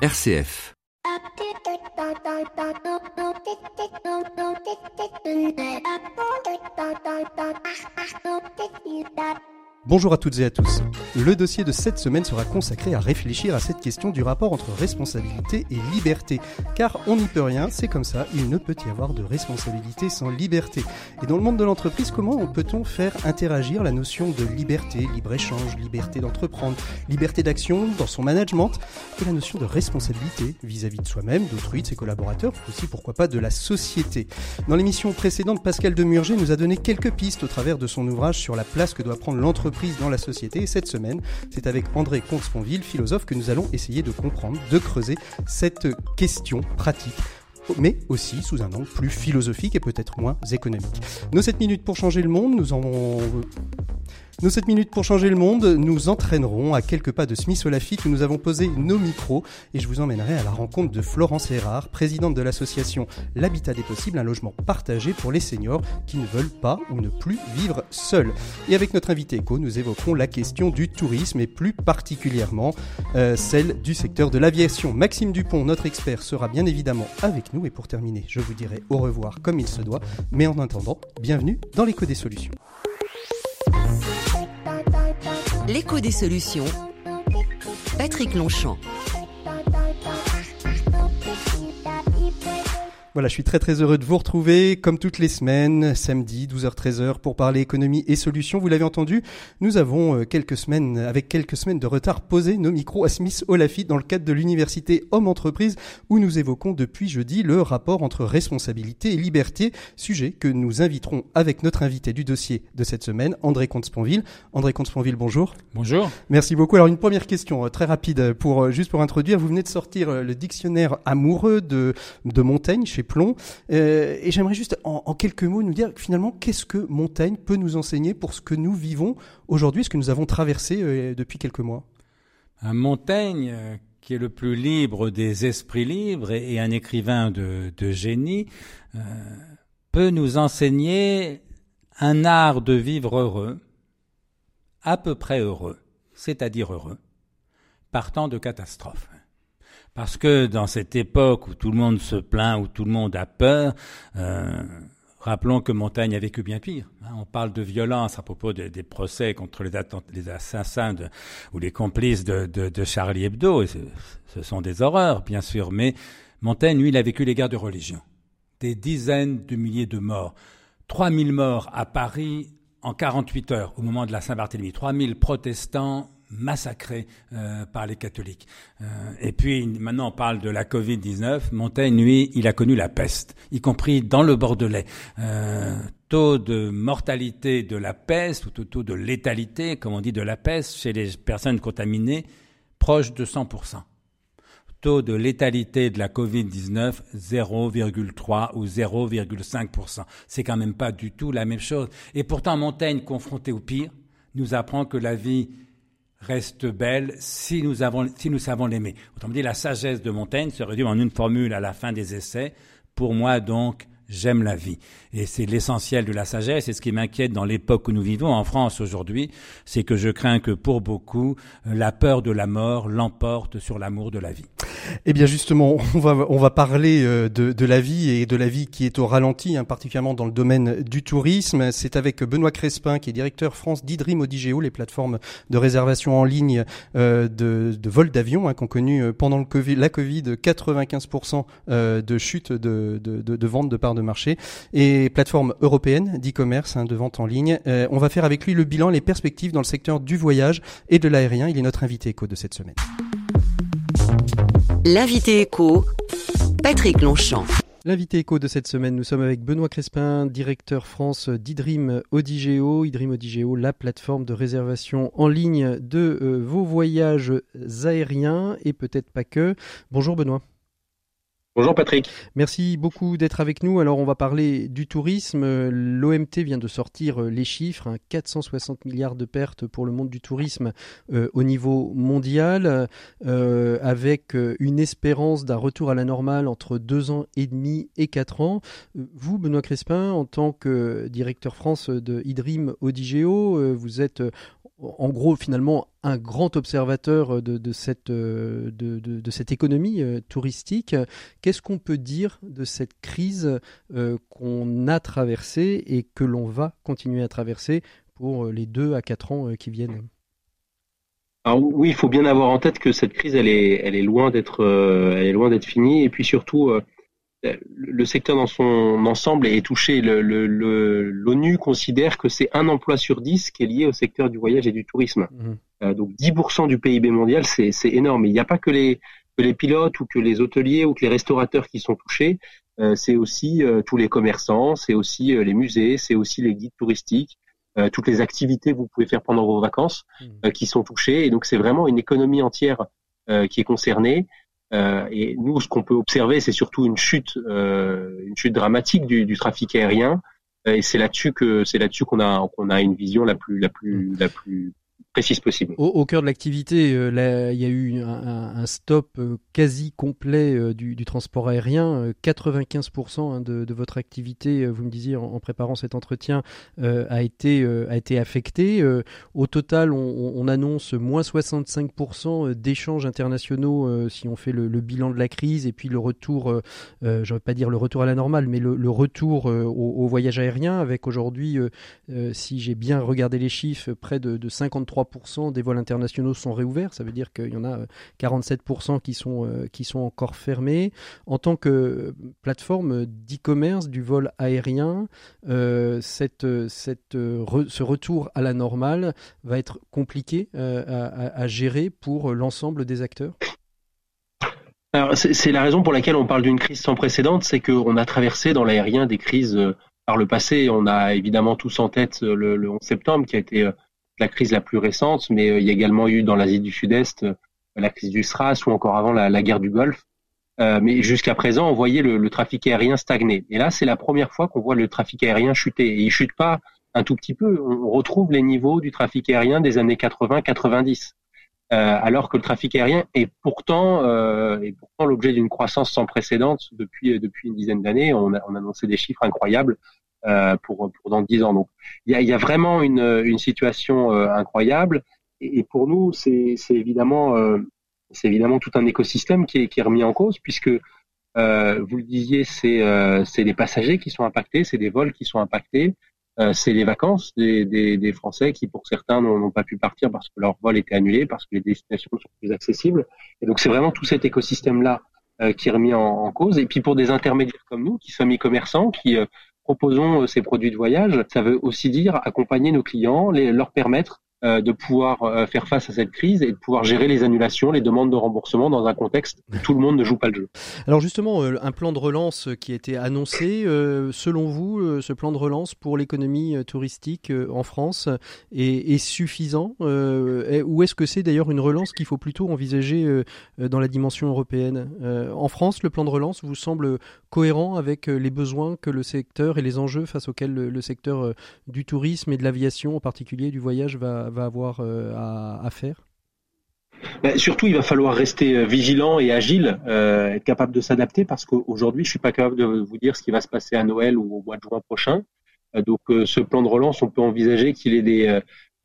RCF. Bonjour à toutes et à tous. Le dossier de cette semaine sera consacré à réfléchir à cette question du rapport entre responsabilité et liberté. Car on n'y peut rien, c'est comme ça, il ne peut y avoir de responsabilité sans liberté. Et dans le monde de l'entreprise, comment peut-on faire interagir la notion de liberté, libre-échange, liberté d'entreprendre, liberté d'action dans son management et la notion de responsabilité vis-à-vis de soi-même, d'autrui, de ses collaborateurs, aussi pourquoi pas de la société. Dans l'émission précédente, Pascal Demurger nous a donné quelques pistes au travers de son ouvrage sur la place que doit prendre l'entreprise dans la société. Et cette semaine, c'est avec André Comte-Sponville, philosophe, que nous allons essayer de comprendre, de creuser cette question pratique, mais aussi sous un angle plus philosophique et peut-être moins économique. Nos 7 minutes pour changer le monde, nous entraînerons à quelques pas de Smith au Lafitte où nous avons posé nos micros et je vous emmènerai à la rencontre de Florence Erard, présidente de l'association L'Habitat des Possibles, un logement partagé pour les seniors qui ne veulent pas ou ne plus vivre seuls. Et avec notre invité éco, nous évoquerons la question du tourisme et plus particulièrement celle du secteur de l'aviation. Maxime Dupont, notre expert, sera bien évidemment avec nous et pour terminer, je vous dirai au revoir comme il se doit, mais en attendant, bienvenue dans l'écho des solutions. L'écho des solutions, Patrick Longchamp. Voilà, je suis très heureux de vous retrouver comme toutes les semaines, samedi 12h-13h pour parler économie et solutions. Vous l'avez entendu, nous avons avec quelques semaines de retard posé nos micros à Smith au Lafitte dans le cadre de l'université Homme-Entreprise où nous évoquons depuis jeudi le rapport entre responsabilité et liberté, sujet que nous inviterons avec notre invité du dossier de cette semaine, André Comte-Sponville. André Comte-Sponville, bonjour. Bonjour. Merci beaucoup. Alors une première question très rapide juste pour introduire. Vous venez de sortir le dictionnaire amoureux de Montaigne chez Plomb. Et j'aimerais juste en quelques mots nous dire finalement qu'est-ce que Montaigne peut nous enseigner pour ce que nous vivons aujourd'hui, ce que nous avons traversé depuis quelques mois. Montaigne, qui est le plus libre des esprits libres et un écrivain de génie, peut nous enseigner un art de vivre heureux, à peu près heureux, c'est-à-dire heureux, partant de catastrophes. Parce que dans cette époque où tout le monde se plaint, où tout le monde a peur, rappelons que Montaigne a vécu bien pire. On parle de violence à propos des procès contre les assassins ou les complices de Charlie Hebdo. Et ce sont des horreurs, bien sûr. Mais Montaigne, lui, il a vécu les guerres de religion. Des dizaines de milliers de morts. 3000 morts à Paris en 48 heures, au moment de la Saint-Barthélemy. 3000 protestants massacrés par les catholiques. Et puis, maintenant, on parle de la Covid-19. Montaigne, lui, il a connu la peste, y compris dans le Bordelais. Taux de mortalité de la peste, ou taux de létalité, comme on dit, de la peste, chez les personnes contaminées, proche de 100%. Taux de létalité de la Covid-19, 0,3 ou 0,5%. C'est quand même pas du tout la même chose. Et pourtant, Montaigne, confronté au pire, nous apprend que la vie reste belle si nous savons l'aimer. Autrement dit, la sagesse de Montaigne se réduit en une formule à la fin des essais. Pour moi, donc, j'aime la vie. Et c'est l'essentiel de la sagesse. Et ce qui m'inquiète dans l'époque où nous vivons en France aujourd'hui, c'est que je crains que pour beaucoup, la peur de la mort l'emporte sur l'amour de la vie. Eh bien justement, on va parler de la vie et de la vie qui est au ralenti, particulièrement dans le domaine du tourisme. C'est avec Benoît Crespin, qui est directeur France d'Idrim Odigeo, les plateformes de réservation en ligne de vols d'avion, qu'ont connu pendant la Covid 95% de chute de vente de parts de marché, et plateforme européenne d'e-commerce de vente en ligne. On va faire avec lui le bilan, les perspectives dans le secteur du voyage et de l'aérien. Il est notre invité éco de cette semaine. L'invité éco, Patrick Longchamp. L'invité éco de cette semaine, nous sommes avec Benoît Crespin, directeur France d'Idrim Odigeo. Idrim Odigeo, la plateforme de réservation en ligne de vos voyages aériens et peut-être pas que. Bonjour Benoît. Bonjour Patrick. Merci beaucoup d'être avec nous. Alors on va parler du tourisme. L'OMT vient de sortir les chiffres, 460 milliards de pertes pour le monde du tourisme au niveau mondial, avec une espérance d'un retour à la normale entre 2 ans et demi et 4 ans. Vous, Benoît Crespin, en tant que directeur France de Idrim Odigeo, vous êtes en gros finalement un grand observateur de cette économie touristique. Qu'est-ce qu'on peut dire de cette crise qu'on a traversée et que l'on va continuer à traverser pour les 2 à 4 ans qui viennent? Alors oui, il faut bien avoir en tête que cette crise, elle est loin d'être finie, et puis surtout, le secteur dans son ensemble est touché. L'ONU considère que c'est 1 emploi sur 10 qui est lié au secteur du voyage et du tourisme. Donc 10% du PIB mondial, c'est énorme. Et il n'y a pas que les pilotes ou que les hôteliers ou que les restaurateurs qui sont touchés. C'est aussi tous les commerçants, c'est aussi les musées, c'est aussi les guides touristiques, toutes les activités que vous pouvez faire pendant vos vacances qui sont touchées. Et donc c'est vraiment une économie entière qui est concernée. Et nous, ce qu'on peut observer, c'est surtout une chute dramatique du trafic aérien. Et c'est là-dessus qu'on a une vision la plus précise possible. Au cœur de l'activité, il y a eu un stop quasi complet du transport aérien. 95% de votre activité, vous me disiez en préparant cet entretien, a été affectée. Au total, on annonce moins 65% d'échanges internationaux si on fait le bilan de la crise, et puis le retour, je ne veux pas dire le retour à la normale, mais le retour au voyage aérien, avec aujourd'hui, si j'ai bien regardé les chiffres, près de 53% des vols internationaux sont réouverts. Ça veut dire qu'il y en a 47% qui sont encore fermés. En tant que plateforme d'e-commerce du vol aérien, ce retour à la normale va être compliqué à gérer pour l'ensemble des acteurs? Alors, c'est la raison pour laquelle on parle d'une crise sans précédent, c'est qu'on a traversé dans l'aérien des crises par le passé. On a évidemment tous en tête le 11 septembre qui a été la crise la plus récente, mais il y a également eu dans l'Asie du Sud-Est la crise du SRAS, ou encore avant la guerre du Golfe. Mais jusqu'à présent, on voyait le trafic aérien stagner. Et là, c'est la première fois qu'on voit le trafic aérien chuter. Et il chute pas un tout petit peu. On retrouve les niveaux du trafic aérien des années 80-90. Alors que le trafic aérien est pourtant l'objet d'une croissance sans précédent depuis une dizaine d'années. On a annoncé des chiffres incroyables pour dans 10 ans. Donc il y a vraiment une situation incroyable, et pour nous c'est évidemment tout un écosystème qui est remis en cause, puisque vous le disiez, c'est les passagers qui sont impactés, c'est des vols qui sont impactés. C'est les vacances des Français qui, pour certains, n'ont pas pu partir parce que leur vol était annulé, parce que les destinations sont plus accessibles. Et donc, c'est vraiment tout cet écosystème-là qui est remis en cause. Et puis, pour des intermédiaires comme nous, qui sommes e-commerçants, qui proposons ces produits de voyage, ça veut aussi dire accompagner nos clients, leur permettre de pouvoir faire face à cette crise et de pouvoir gérer les annulations, les demandes de remboursement dans un contexte où tout le monde ne joue pas le jeu. Alors justement, un plan de relance qui a été annoncé, selon vous, ce plan de relance pour l'économie touristique en France est suffisant, ou est-ce que c'est d'ailleurs une relance qu'il faut plutôt envisager dans la dimension européenne? En France, le plan de relance vous semble cohérent avec les besoins que le secteur et les enjeux face auxquels le secteur du tourisme et de l'aviation, en particulier du voyage, va avoir à faire? Surtout, il va falloir rester vigilant et agile, être capable de s'adapter, parce qu'aujourd'hui, je suis pas capable de vous dire ce qui va se passer à Noël ou au mois de juin prochain. Donc, ce plan de relance, on peut envisager qu'il ait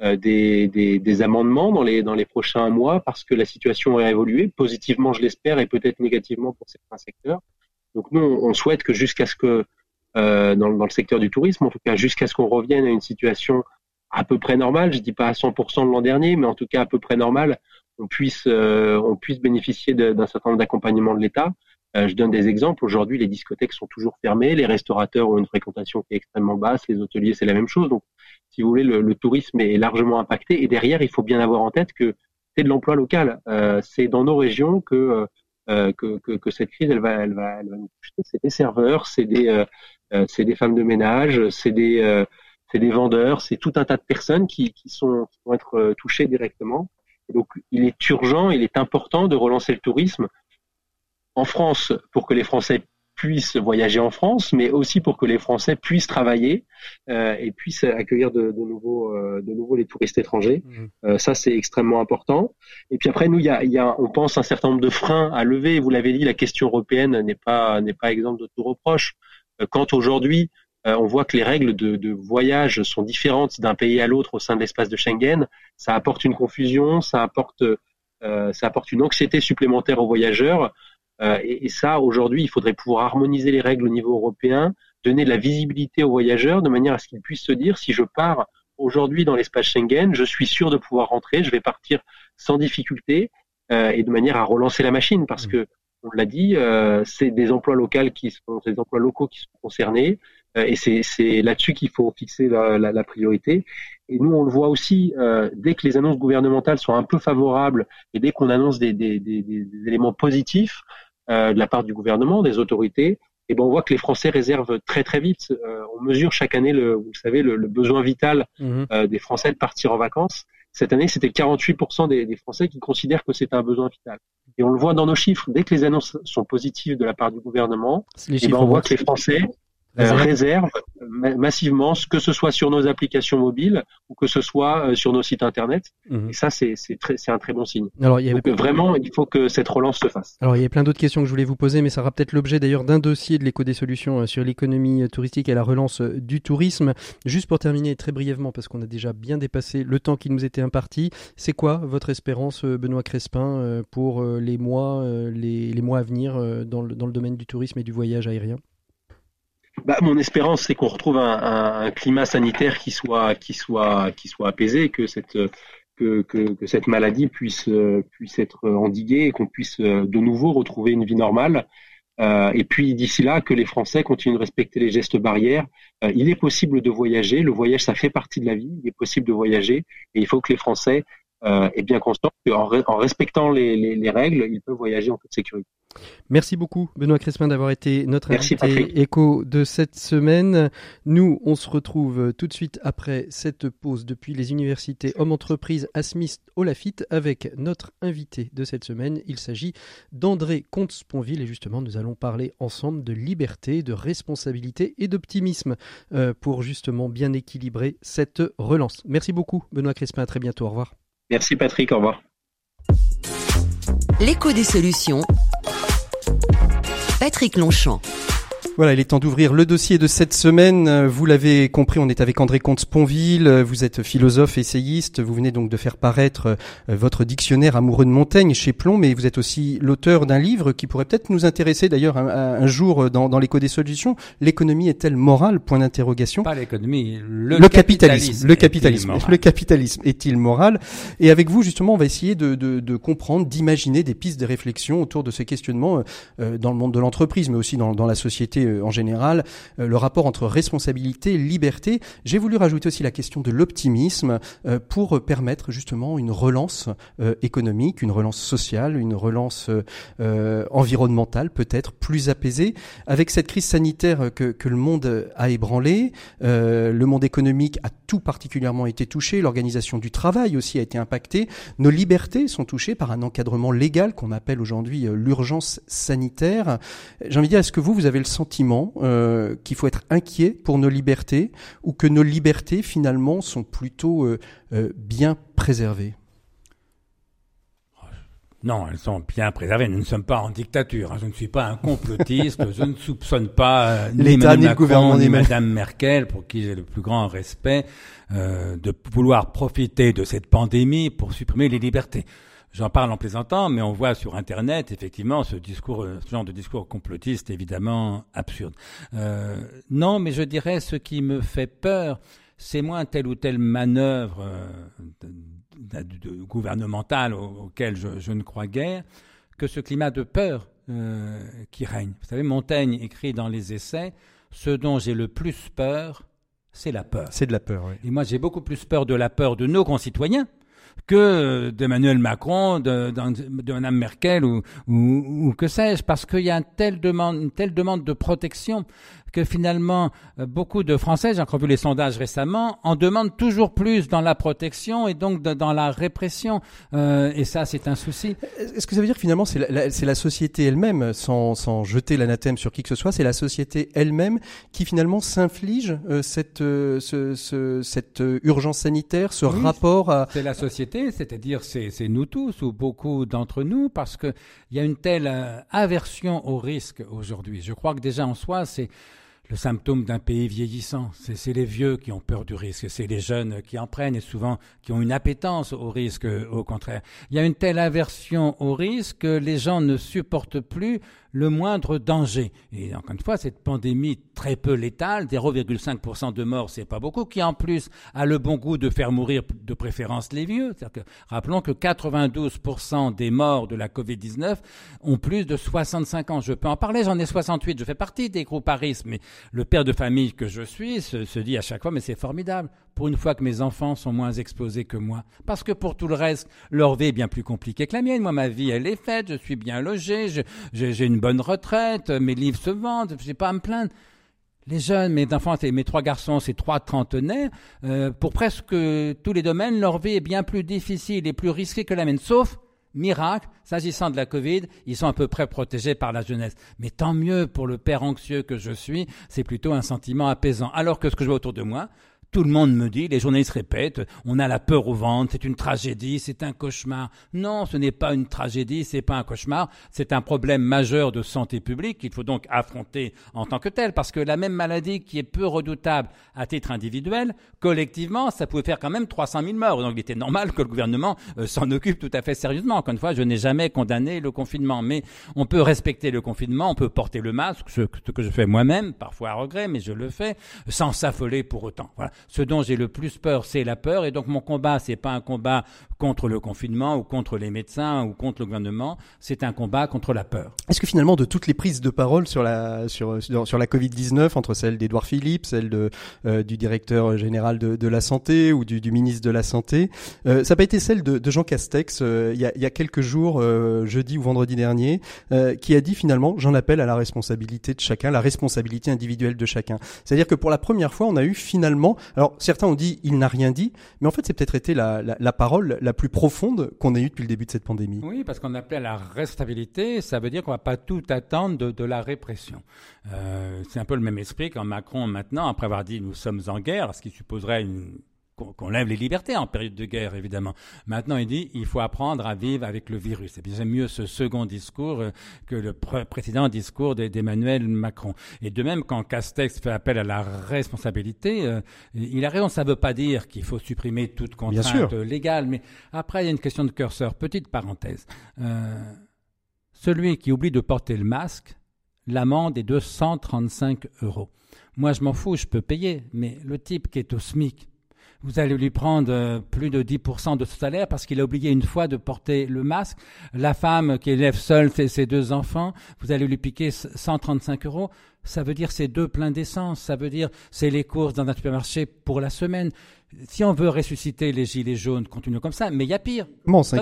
des amendements dans les prochains mois, parce que la situation a évolué positivement, je l'espère, et peut-être négativement pour certains secteurs. Donc, nous, on souhaite que jusqu'à ce que dans le secteur du tourisme, en tout cas, jusqu'à ce qu'on revienne à une situation à peu près normale, je dis pas à 100% de l'an dernier, mais en tout cas à peu près normale, on puisse bénéficier d'un certain nombre d'accompagnements de l'État. Je donne des exemples. Aujourd'hui, les discothèques sont toujours fermées, les restaurateurs ont une fréquentation qui est extrêmement basse, les hôteliers, c'est la même chose. Donc, si vous voulez, le tourisme est largement impacté. Et derrière, il faut bien avoir en tête que c'est de l'emploi local. C'est dans nos régions que cette crise, elle va nous toucher. C'est des serveurs, c'est des femmes de ménage, c'est des vendeurs, c'est tout un tas de personnes qui vont être touchées directement. Et donc, il est urgent, il est important de relancer le tourisme en France pour que les Français puissent voyager en France, mais aussi pour que les Français puissent travailler et puissent accueillir de nouveau les touristes étrangers. Ça, c'est extrêmement important. Et puis après, nous, on pense un certain nombre de freins à lever. Vous l'avez dit, la question européenne n'est pas exempte de tout reproche. Quand aujourd'hui, On voit que les règles de voyage sont différentes d'un pays à l'autre au sein de l'espace de Schengen. Ça apporte une confusion, ça apporte une anxiété supplémentaire aux voyageurs. Et ça, aujourd'hui, il faudrait pouvoir harmoniser les règles au niveau européen, donner de la visibilité aux voyageurs de manière à ce qu'ils puissent se dire, si je pars aujourd'hui dans l'espace Schengen, je suis sûr de pouvoir rentrer, je vais partir sans difficulté et de manière à relancer la machine parce que, on l'a dit, c'est des emplois locaux qui sont concernés et c'est là-dessus qu'il faut fixer la priorité. Et nous, on le voit aussi, dès que les annonces gouvernementales sont un peu favorables et dès qu'on annonce des éléments positifs de la part du gouvernement, des autorités, et ben on voit que les Français réservent très très vite. On mesure chaque année, vous savez, le besoin vital des Français de partir en vacances. Cette année, c'était 48% des Français qui considèrent que c'est un besoin vital. Et on le voit dans nos chiffres. Dès que les annonces sont positives de la part du gouvernement, et ben on voit que les Français réservent massivement, que ce soit sur nos applications mobiles ou que ce soit sur nos sites internet. Et ça, c'est un très bon signe. Alors, donc vraiment, il faut que cette relance se fasse. Alors, il y a plein d'autres questions que je voulais vous poser, mais ça sera peut-être l'objet d'ailleurs d'un dossier de l'Écho des solutions sur l'économie touristique et la relance du tourisme. Juste pour terminer très brièvement, parce qu'on a déjà bien dépassé le temps qui nous était imparti, c'est quoi votre espérance, Benoît Crespin, pour les mois à venir dans le domaine du tourisme et du voyage aérien ? Mon espérance, c'est qu'on retrouve un climat sanitaire qui soit apaisé, que cette maladie puisse être endiguée et qu'on puisse de nouveau retrouver une vie normale. Et puis d'ici là, que les Français continuent de respecter les gestes barrières. Il est possible de voyager. Le voyage, ça fait partie de la vie. Il est possible de voyager et il faut que les Français aient bien conscience qu'en respectant les règles, ils peuvent voyager en toute sécurité. Merci beaucoup Benoît Crespin d'avoir été notre invité Patrick. Écho de cette semaine. Nous, on se retrouve tout de suite après cette pause depuis les universités Hommes Entreprises à Smith-Olafite avec notre invité de cette semaine. Il s'agit d'André Comte-Sponville et justement nous allons parler ensemble de liberté, de responsabilité et d'optimisme pour justement bien équilibrer cette relance. Merci beaucoup Benoît Crespin, à très bientôt, au revoir. Merci Patrick, au revoir. L'écho des solutions. Patrick Longchamp. Voilà, il est temps d'ouvrir le dossier de cette semaine. Vous l'avez compris, on est avec André Comte-Sponville. Vous êtes philosophe, essayiste. Vous venez donc de faire paraître votre dictionnaire amoureux de Montaigne chez Plomb, mais vous êtes aussi l'auteur d'un livre qui pourrait peut-être nous intéresser d'ailleurs un jour dans l'écho des solutions. L'économie est-elle morale ? Point d'interrogation. Pas l'économie, le capitalisme. Le capitalisme. Est-il Le capitalisme est-il moral ? Et avec vous, justement, on va essayer de comprendre, d'imaginer des pistes de réflexion autour de ces questionnements dans le monde de l'entreprise, mais aussi dans la société en général, le rapport entre responsabilité et liberté. J'ai voulu rajouter aussi la question de l'optimisme pour permettre justement une relance économique, une relance sociale, une relance environnementale peut-être plus apaisée. Avec cette crise sanitaire que le monde a ébranlée, le monde économique a tout particulièrement été touché, l'organisation du travail aussi a été impactée, nos libertés sont touchées par un encadrement légal qu'on appelle aujourd'hui l'urgence sanitaire. J'ai envie de dire, est-ce que vous avez le sentiment qu'il faut être inquiet pour nos libertés ou que nos libertés finalement sont plutôt bien préservées ? Non, elles sont bien préservées. Nous ne sommes pas en dictature. Je ne suis pas un complotiste. Je ne soupçonne pas ni Mme Macron ni Mme Merkel, pour qui j'ai le plus grand respect, de vouloir profiter de cette pandémie pour supprimer les libertés. J'en parle en plaisantant, mais on voit sur Internet, effectivement, ce genre de discours complotiste, évidemment, absurde. Non, mais je dirais, ce qui me fait peur, c'est moins telle ou telle manœuvre gouvernementale auquel je ne crois guère, que ce climat de peur qui règne. Vous savez, Montaigne écrit dans les Essais, « Ce dont j'ai le plus peur, c'est la peur. » C'est de la peur, oui. Et moi, j'ai beaucoup plus peur de la peur de nos concitoyens que d'Emmanuel Macron, de Mme Merkel ou que sais-je, parce qu'il y a une telle demande de protection que finalement, beaucoup de Français, j'ai encore vu les sondages récemment, en demandent toujours plus dans la protection et donc dans la répression. Et ça, c'est un souci. Est-ce que ça veut dire que finalement, c'est la société elle-même, sans jeter l'anathème sur qui que ce soit, c'est la société elle-même qui finalement s'inflige cette urgence sanitaire, ce rapport à... C'est la société, c'est-à-dire c'est nous tous ou beaucoup d'entre nous, parce que il y a une telle aversion au risque aujourd'hui. Je crois que déjà en soi, c'est le symptôme d'un pays vieillissant. C'est les vieux qui ont peur du risque, c'est les jeunes qui en prennent et souvent qui ont une appétence au risque, au contraire. Il y a une telle aversion au risque que les gens ne supportent plus le moindre danger. Et encore une fois, cette pandémie très peu létale, 0,5% de morts, c'est pas beaucoup, qui en plus a le bon goût de faire mourir de préférence les vieux. C'est-à-dire que, rappelons que 92% des morts de la Covid-19 ont plus de 65 ans. Je peux en parler, j'en ai 68, je fais partie des groupes à risque, mais le père de famille que je suis se dit à chaque fois, mais c'est formidable, pour une fois que mes enfants sont moins exposés que moi. Parce que pour tout le reste, leur vie est bien plus compliquée que la mienne. Moi, ma vie, elle est faite, je suis bien logé, j'ai une bonne retraite, mes livres se vendent, je n'ai pas à me plaindre. Les jeunes, mes enfants, mes 3 garçons, c'est 3 trentenaires, pour presque tous les domaines, leur vie est bien plus difficile et plus risquée que la mienne, sauf miracle, s'agissant de la Covid, ils sont à peu près protégés par la jeunesse. Mais tant mieux pour le père anxieux que je suis, c'est plutôt un sentiment apaisant. Alors que ce que je vois autour de moi, tout le monde me dit, les journalistes répètent, on a la peur au ventre, c'est une tragédie, c'est un cauchemar. Non, ce n'est pas une tragédie, c'est pas un cauchemar, c'est un problème majeur de santé publique qu'il faut donc affronter en tant que tel, parce que la même maladie qui est peu redoutable à titre individuel, collectivement, ça pouvait faire quand même 300 000 morts. Donc il était normal que le gouvernement s'en occupe tout à fait sérieusement. Encore une fois, je n'ai jamais condamné le confinement, mais on peut respecter le confinement, on peut porter le masque, ce que je fais moi-même, parfois à regret, mais je le fais, sans s'affoler pour autant. Voilà. Ce dont j'ai le plus peur, c'est la peur. Et donc mon combat, c'est pas un combat contre le confinement ou contre les médecins ou contre le gouvernement. C'est un combat contre la peur. Est-ce que finalement, de toutes les prises de parole sur la Covid-19, entre celle d'Édouard Philippe, celle du directeur général de la santé ou du ministre de la santé, ça n'a pas été celle de Jean Castex il y a quelques jours, jeudi ou vendredi dernier, qui a dit finalement, j'en appelle à la responsabilité de chacun, la responsabilité individuelle de chacun. C'est-à-dire que pour la première fois, on a eu finalement, alors certains ont dit il n'a rien dit, mais en fait c'est peut-être été la parole la plus profonde qu'on ait eue depuis le début de cette pandémie. Oui, parce qu'on appelait à la responsabilité, ça veut dire qu'on ne va pas tout attendre de la répression. C'est un peu le même esprit quand Macron maintenant, après avoir dit nous sommes en guerre, ce qui supposerait qu'on lève les libertés en période de guerre, évidemment. Maintenant, il dit il faut apprendre à vivre avec le virus. Et bien, j'aime mieux ce second discours que le précédent discours d'Emmanuel Macron. Et de même, quand Castex fait appel à la responsabilité, il a raison. Ça ne veut pas dire qu'il faut supprimer toute contrainte légale. Mais après, il y a une question de curseur. Petite parenthèse. Celui qui oublie de porter le masque, l'amende est de 135 €. Moi, je m'en fous, je peux payer. Mais le type qui est au SMIC, vous allez lui prendre plus de 10% de son salaire parce qu'il a oublié une fois de porter le masque. La femme qui élève seule ses 2 enfants, vous allez lui piquer 135 €. Ça veut dire c'est 2 pleins d'essence. Ça veut dire c'est les courses dans un supermarché pour la semaine. Si on veut ressusciter les gilets jaunes, continuons comme ça. Mais il y a pire. Comment ça?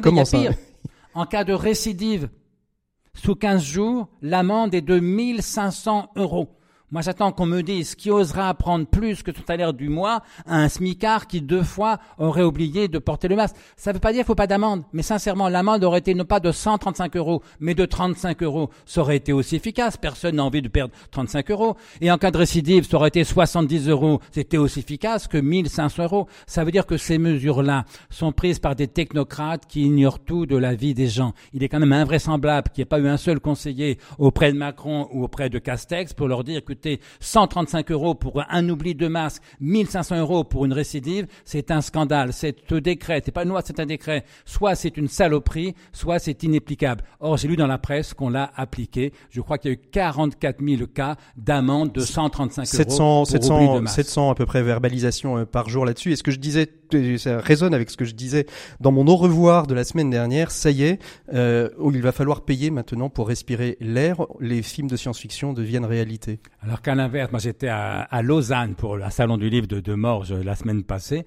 En cas de récidive, sous 15 jours, l'amende est de 1 500 €. Moi, j'attends qu'on me dise qui osera prendre plus que son salaire du mois à un smicard qui 2 fois aurait oublié de porter le masque. Ça ne veut pas dire qu'il ne faut pas d'amende, mais sincèrement, l'amende aurait été non pas de 135 €, mais de 35 €. Ça aurait été aussi efficace. Personne n'a envie de perdre 35 €. Et en cas de récidive, ça aurait été 70 €. C'était aussi efficace que 1 500 €. Ça veut dire que ces mesures-là sont prises par des technocrates qui ignorent tout de la vie des gens. Il est quand même invraisemblable qu'il n'y ait pas eu un seul conseiller auprès de Macron ou auprès de Castex pour leur dire que 135 € pour un oubli de masque, 1 500 € pour une récidive, c'est un scandale. Ce décret, c'est pas une loi, c'est un décret. Soit c'est une saloperie, soit c'est inapplicable. Or, j'ai lu dans la presse qu'on l'a appliqué. Je crois qu'il y a eu 44 000 cas d'amende de 135 € pour oubli de masque. 700 à peu près verbalisations par jour là-dessus. Et ce que je disais, ça résonne avec ce que je disais dans mon au revoir de la semaine dernière. Ça y est, il va falloir payer maintenant pour respirer l'air. Les films de science-fiction deviennent réalité. Alors qu'à l'inverse, moi j'étais à Lausanne pour un salon du livre de Morges la semaine passée.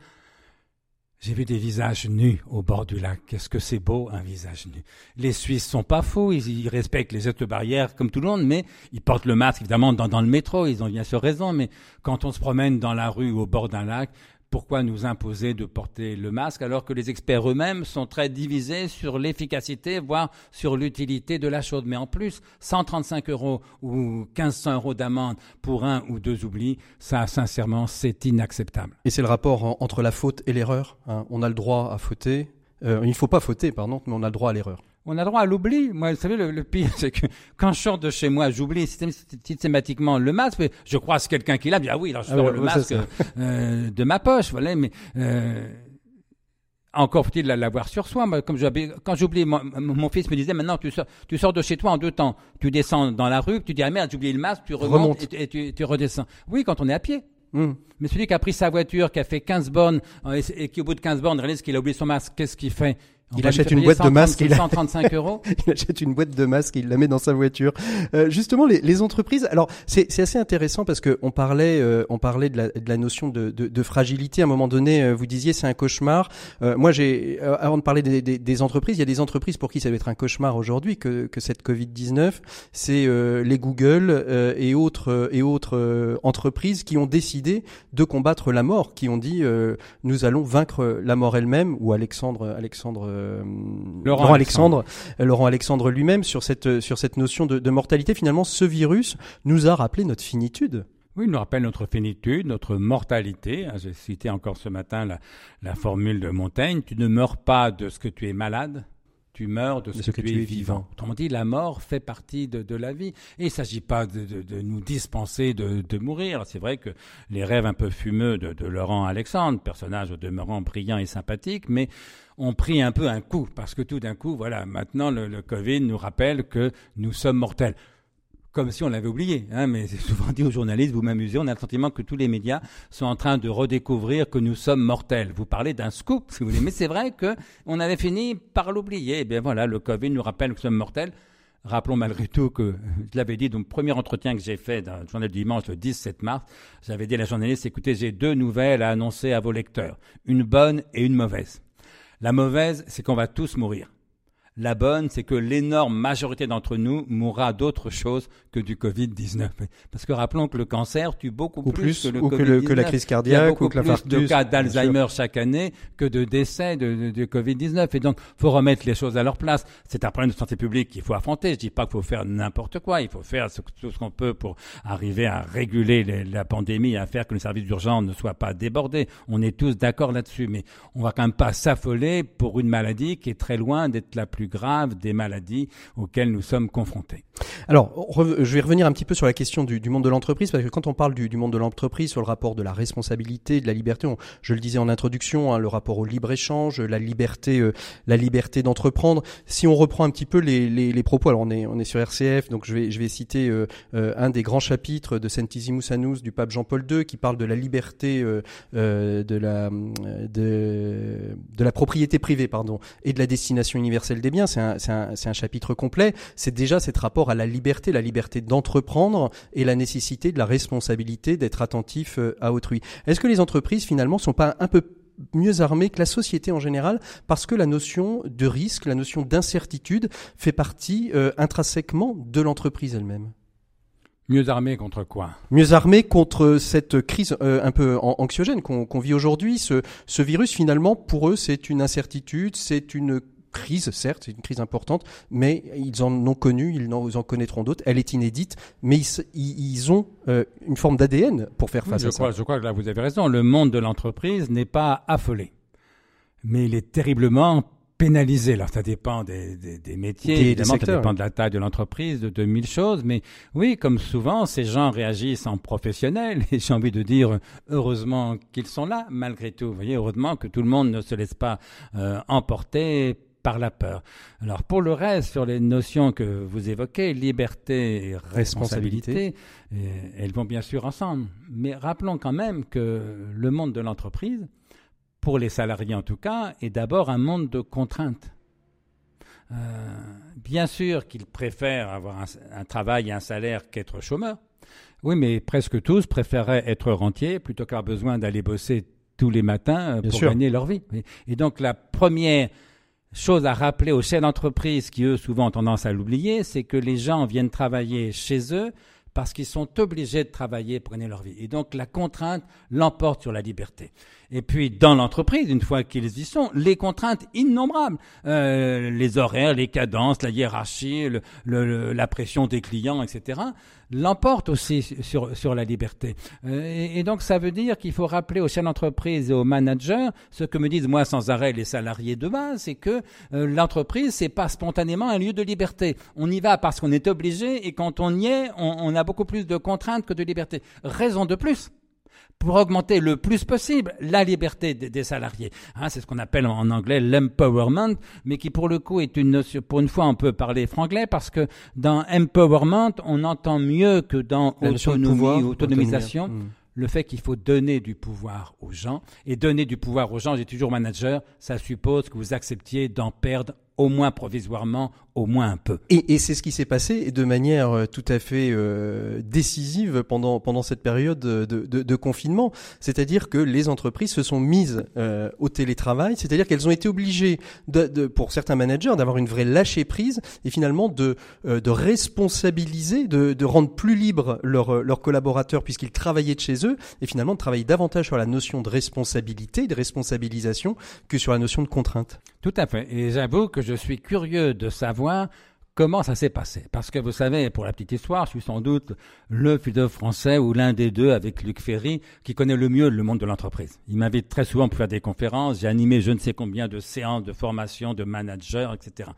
J'ai vu des visages nus au bord du lac. Qu'est-ce que c'est beau, un visage nu. Les Suisses sont pas fous, ils respectent les gestes barrières comme tout le monde, mais ils portent le masque évidemment dans le métro, ils ont bien sûr raison, mais quand on se promène dans la rue ou au bord d'un lac, pourquoi nous imposer de porter le masque alors que les experts eux-mêmes sont très divisés sur l'efficacité, voire sur l'utilité de la chose. Mais en plus, 135 € ou 1 500 € d'amende pour 1 ou 2 oublis, ça, sincèrement, c'est inacceptable. Et c'est le rapport entre la faute et l'erreur. On a le droit à fauter. Il ne faut pas fauter, mais on a le droit à l'erreur. On a droit à l'oubli. Moi, vous savez, le pire, c'est que quand je sors de chez moi, j'oublie systématiquement le masque. Je croise quelqu'un qui l'a, je dis, ah oui, alors je sors le masque de ma poche. Voilà, mais encore faut-il l'avoir sur soi. Moi, quand j'oublie, mon fils me disait, maintenant, tu sors de chez toi en 2 temps. Tu descends dans la rue, tu dis, ah merde, j'ai oublié le masque, tu remontes et tu redescends. Oui, quand on est à pied. Mais celui qui a pris sa voiture, qui a fait 15 bornes, et qui au bout de 15 bornes réalise qu'il a oublié son masque, qu'est-ce qu'il fait? Il achète une boîte de masques. 135 €. Il achète une boîte de masques et il la met dans sa voiture. Justement, les entreprises. Alors, c'est assez intéressant parce que on parlait de la notion de fragilité. À un moment donné, vous disiez c'est un cauchemar. Moi, avant de parler des entreprises, il y a des entreprises pour qui ça va être un cauchemar aujourd'hui que cette Covid-19. C'est les Google et autres entreprises qui ont décidé de combattre la mort, qui ont dit nous allons vaincre la mort elle-même. Ou Laurent Alexandre lui-même sur cette notion de mortalité. Finalement, ce virus nous a rappelé notre finitude. Oui, il nous rappelle notre finitude, notre mortalité. J'ai cité encore ce matin la formule de Montaigne. Tu ne meurs pas de ce que tu es malade, tu meurs de ce que tu es vivant. Autrement dit, la mort fait partie de la vie. Et il ne s'agit pas de nous dispenser de mourir. C'est vrai que les rêves un peu fumeux de Laurent Alexandre, personnage au demeurant brillant et sympathique, mais ont pris un peu un coup. Parce que tout d'un coup, voilà, maintenant le Covid nous rappelle que nous sommes mortels. Comme si on l'avait oublié, mais c'est souvent dit aux journalistes, vous m'amusez, on a le sentiment que tous les médias sont en train de redécouvrir que nous sommes mortels. Vous parlez d'un scoop, si vous voulez, mais c'est vrai qu'on avait fini par l'oublier. Eh bien voilà, le Covid nous rappelle que nous sommes mortels. Rappelons malgré tout que, je l'avais dit, donc premier entretien que j'ai fait dans le journal du dimanche, le 17 mars, j'avais dit à la journaliste, écoutez, j'ai 2 nouvelles à annoncer à vos lecteurs, une bonne et une mauvaise. La mauvaise, c'est qu'on va tous mourir. La bonne, c'est que l'énorme majorité d'entre nous mourra d'autre chose que du Covid-19. Parce que rappelons que le cancer tue beaucoup plus que le Covid-19. Que la crise cardiaque ou que l'infarctus. Il y a beaucoup plus de cas d'Alzheimer chaque année que de décès de Covid-19. Et donc, faut remettre les choses à leur place. C'est un problème de santé publique qu'il faut affronter. Je dis pas qu'il faut faire n'importe quoi. Il faut faire tout ce qu'on peut pour arriver à réguler la pandémie et à faire que le service d'urgence ne soit pas débordé. On est tous d'accord là-dessus. Mais on va quand même pas s'affoler pour une maladie qui est très loin d'être la plus grave des maladies auxquelles nous sommes confrontés. Alors, je vais revenir un petit peu sur la question du monde de l'entreprise, parce que quand on parle du monde de l'entreprise, sur le rapport de la responsabilité, de la liberté, je le disais en introduction, le rapport au libre-échange, la liberté d'entreprendre. Si on reprend un petit peu les propos, alors on est sur RCF, donc je vais citer un des grands chapitres de Centesimus Annus du pape Jean-Paul II, qui parle de la liberté de la propriété privée, et de la destination universelle des biens. C'est un chapitre complet. C'est déjà cet rapport à la liberté d'entreprendre et la nécessité de la responsabilité d'être attentif à autrui. Est-ce que les entreprises finalement sont pas un peu mieux armées que la société en général, parce que la notion de risque, la notion d'incertitude fait partie intrinsèquement de l'entreprise elle-même? Mieux armés contre quoi? Mieux armés contre cette crise un peu anxiogène qu'on vit aujourd'hui. Ce virus, finalement, pour eux, c'est une incertitude, c'est une crise, certes, c'est une crise importante, mais ils en ont connu, ils en connaîtront d'autres. Elle est inédite, mais ils ont une forme d'ADN pour faire face à ça. Je crois que là, vous avez raison. Le monde de l'entreprise n'est pas affolé, mais il est terriblement pénalisé. Alors, ça dépend des métiers, évidemment, ça dépend de la taille de l'entreprise, de 1000 choses, mais oui, comme souvent, ces gens réagissent en professionnels, et j'ai envie de dire, heureusement qu'ils sont là, malgré tout. Vous voyez, heureusement que tout le monde ne se laisse pas emporter par la peur. Alors, pour le reste, sur les notions que vous évoquez, liberté et responsabilité, elles vont bien sûr ensemble. Mais rappelons quand même que le monde de l'entreprise, pour les salariés en tout cas, est d'abord un monde de contraintes. Bien sûr qu'ils préfèrent avoir un travail et un salaire qu'être chômeur. Oui, mais presque tous préféreraient être rentiers plutôt qu'avoir besoin d'aller bosser tous les matins pour gagner leur vie. Et donc, la première chose à rappeler aux chefs d'entreprise qui, eux, souvent ont tendance à l'oublier, c'est que les gens viennent travailler chez eux parce qu'ils sont obligés de travailler pour gagner leur vie. Et donc la contrainte l'emporte sur la liberté. Et puis dans l'entreprise, une fois qu'ils y sont, les contraintes innombrables, les horaires, les cadences, la hiérarchie, la pression des clients, etc., l'emportent aussi sur la liberté. Et donc ça veut dire qu'il faut rappeler aux chefs d'entreprise et aux managers ce que me disent moi sans arrêt les salariés de base, c'est que l'entreprise c'est pas spontanément un lieu de liberté. On y va parce qu'on est obligé et quand on y est, on a beaucoup plus de contraintes que de liberté. Raison de plus pour augmenter le plus possible la liberté des salariés. C'est ce qu'on appelle en anglais l'empowerment, mais qui pour le coup est une notion, pour une fois on peut parler franglais, parce que dans empowerment, on entend mieux que dans autonomie ou autonomisation, le fait qu'il faut donner du pouvoir aux gens. Et donner du pouvoir aux gens, j'ai toujours manager, ça suppose que vous acceptiez d'en perdre au moins provisoirement, au moins un peu. Et c'est ce qui s'est passé de manière tout à fait décisive pendant cette période de confinement. C'est-à-dire que les entreprises se sont mises au télétravail, c'est-à-dire qu'elles ont été obligées, pour certains managers, d'avoir une vraie lâcher-prise et finalement de responsabiliser, de rendre plus libres leurs collaborateurs puisqu'ils travaillaient de chez eux, et finalement de travailler davantage sur la notion de responsabilité, de responsabilisation, que sur la notion de contrainte. Tout à fait. Et j'avoue que je suis curieux de savoir comment ça s'est passé. Parce que vous savez, pour la petite histoire, je suis sans doute le philosophe français ou l'un des deux avec Luc Ferry qui connaît le mieux le monde de l'entreprise. Il m'invite très souvent pour faire des conférences. J'ai animé je ne sais combien de séances de formation de managers, etc.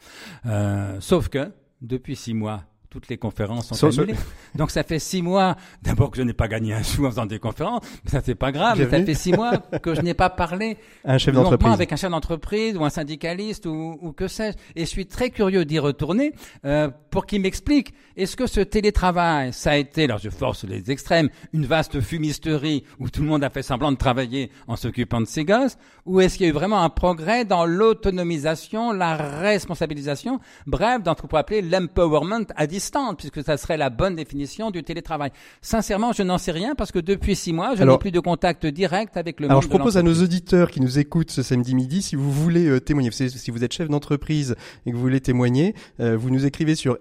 Sauf que, depuis 6 mois, toutes les conférences sont annulées. Donc ça fait 6 mois, d'abord que je n'ai pas gagné un sou en faisant des conférences, mais ça c'est pas grave, mais ça fait 6 mois que je n'ai pas parlé un chef d'entreprise, avec un chef d'entreprise ou un syndicaliste ou que sais-je. Et je suis très curieux d'y retourner pour qu'il m'explique, est-ce que ce télétravail, ça a été, alors je force les extrêmes, une vaste fumisterie où tout le monde a fait semblant de travailler en s'occupant de ses gosses, ou est-ce qu'il y a eu vraiment un progrès dans l'autonomisation, la responsabilisation, bref, dans ce qu'on peut appeler l'empowerment à distance, puisque ça serait la bonne définition du télétravail. Sincèrement, je n'en sais rien parce que depuis 6 mois, je n'ai plus de contact direct avec le monde de l'entreprise. Alors, je propose à nos auditeurs qui nous écoutent ce samedi midi, si vous voulez témoigner, si vous êtes chef d'entreprise et que vous voulez témoigner, vous nous écrivez sur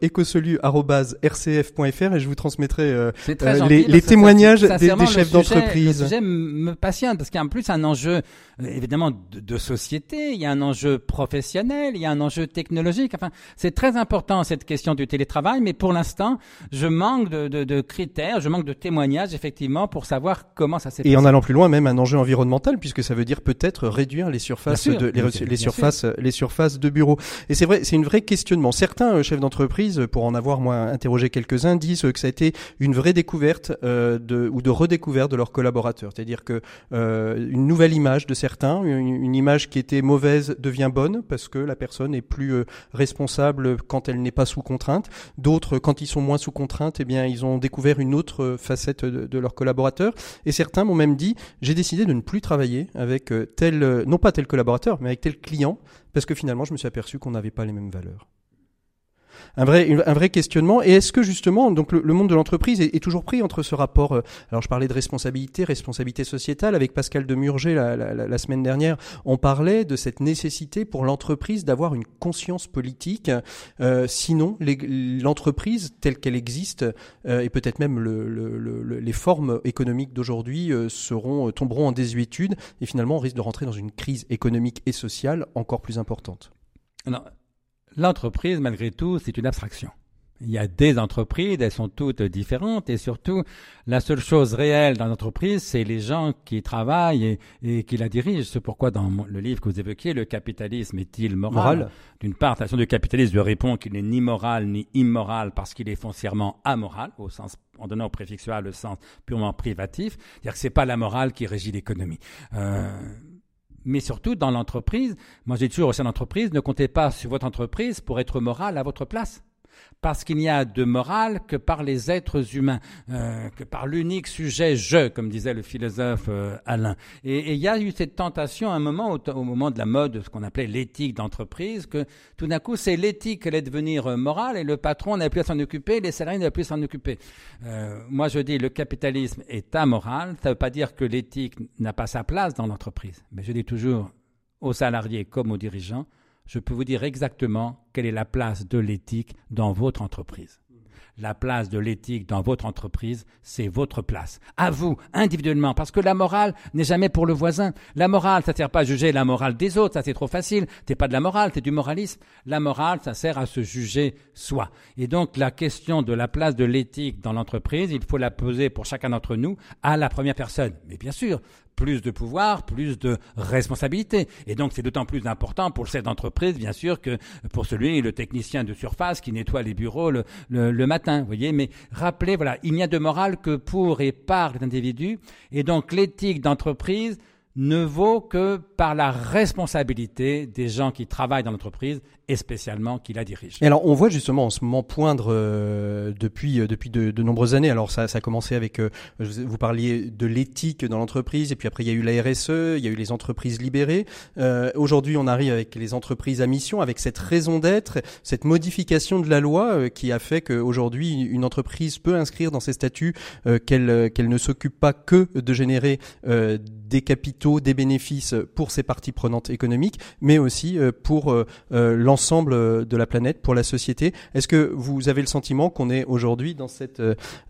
ecosolu@rcf.fr et je vous transmettrai les témoignages des chefs d'entreprise. Le sujet me passionne parce qu'il y a en plus un enjeu évidemment de société, il y a un enjeu professionnel, il y a un enjeu technologique. Enfin, c'est très important cette question du télétravail, mais pour l'instant, je manque de critères, je manque de témoignages effectivement pour savoir comment ça s'est passé. Et en allant plus loin, même un enjeu environnemental, puisque ça veut dire peut-être réduire les surfaces les surfaces de bureaux. Et c'est vrai, c'est une vraie questionnement. Certains chefs d'entreprise, pour en avoir moi interrogé quelques-uns, disent que ça a été une vraie découverte ou de redécouverte de leurs collaborateurs. C'est-à-dire que une nouvelle image de certains, une image qui était mauvaise devient bonne parce que la personne est plus responsable quand elle n'est pas sous contrainte. D'autres, quand ils sont moins sous contrainte, eh bien, ils ont découvert une autre facette de leurs collaborateurs. Et certains m'ont même dit, j'ai décidé de ne plus travailler avec non pas tel collaborateur, mais avec tel client, parce que finalement, je me suis aperçu qu'on n'avait pas les mêmes valeurs. Un vrai questionnement. Et est-ce que justement, donc le monde de l'entreprise est toujours pris entre ce rapport, alors je parlais de responsabilité sociétale avec Pascal Demurger la semaine dernière, on parlait de cette nécessité pour l'entreprise d'avoir une conscience politique, sinon l'entreprise telle qu'elle existe et peut-être même les formes économiques d'aujourd'hui tomberont en désuétude et finalement on risque de rentrer dans une crise économique et sociale encore plus importante. Alors, l'entreprise, malgré tout, c'est une abstraction. Il y a des entreprises, elles sont toutes différentes et surtout, la seule chose réelle dans l'entreprise, c'est les gens qui travaillent et qui la dirigent. C'est pourquoi dans le livre que vous évoquiez, le capitalisme est-il moral? D'une part, la notion du capitalisme, je réponds qu'il n'est ni moral ni immoral parce qu'il est foncièrement amoral, au sens, en donnant au préfixe A le sens purement privatif. C'est-à-dire que c'est pas la morale qui régit l'économie. Mais surtout, dans l'entreprise, moi j'ai toujours au sein de l'entreprise, ne comptez pas sur votre entreprise pour être moral à votre place. Parce qu'il n'y a de morale que par les êtres humains, que par l'unique sujet « je », comme disait le philosophe Alain. Et il y a eu cette tentation à un moment, au moment de la mode, de ce qu'on appelait l'éthique d'entreprise, que tout d'un coup, c'est l'éthique qui allait devenir morale et le patron n'avait plus à s'en occuper, les salariés n'avaient plus à s'en occuper. Moi, je dis le capitalisme est amoral. Ça ne veut pas dire que l'éthique n'a pas sa place dans l'entreprise. Mais je dis toujours aux salariés comme aux dirigeants, je peux vous dire exactement quelle est la place de l'éthique dans votre entreprise. la place de l'éthique dans votre entreprise, c'est votre place. À vous, individuellement, parce que la morale n'est jamais pour le voisin. La morale, ça ne sert pas à juger la morale des autres, ça c'est trop facile. T'es pas de la morale, t'es du moralisme. La morale, ça sert à se juger soi. Et donc, la question de la place de l'éthique dans l'entreprise, il faut la poser pour chacun d'entre nous à la première personne. Mais bien sûr, plus de pouvoir, plus de responsabilité. Et donc, c'est d'autant plus important pour le chef d'entreprise, bien sûr, que pour le technicien de surface qui nettoie les bureaux le matin. Vous voyez, mais rappelez, voilà, il n'y a de morale que pour et par les individus. Et donc, l'éthique d'entreprise ne vaut que par la responsabilité des gens qui travaillent dans l'entreprise et spécialement qui la dirigent. Et alors, on voit justement en ce moment poindre depuis de nombreuses années. Alors, ça a commencé avec, vous parliez de l'éthique dans l'entreprise, et puis après, il y a eu la RSE, il y a eu les entreprises libérées. Aujourd'hui, on arrive avec les entreprises à mission, avec cette raison d'être, cette modification de la loi qui a fait qu'aujourd'hui, une entreprise peut inscrire dans ses statuts qu'elle ne s'occupe pas que de générer des capitaux, des bénéfices pour ses parties prenantes économiques, mais aussi pour l'ensemble de la planète, pour la société. Est-ce que vous avez le sentiment qu'on est aujourd'hui dans cette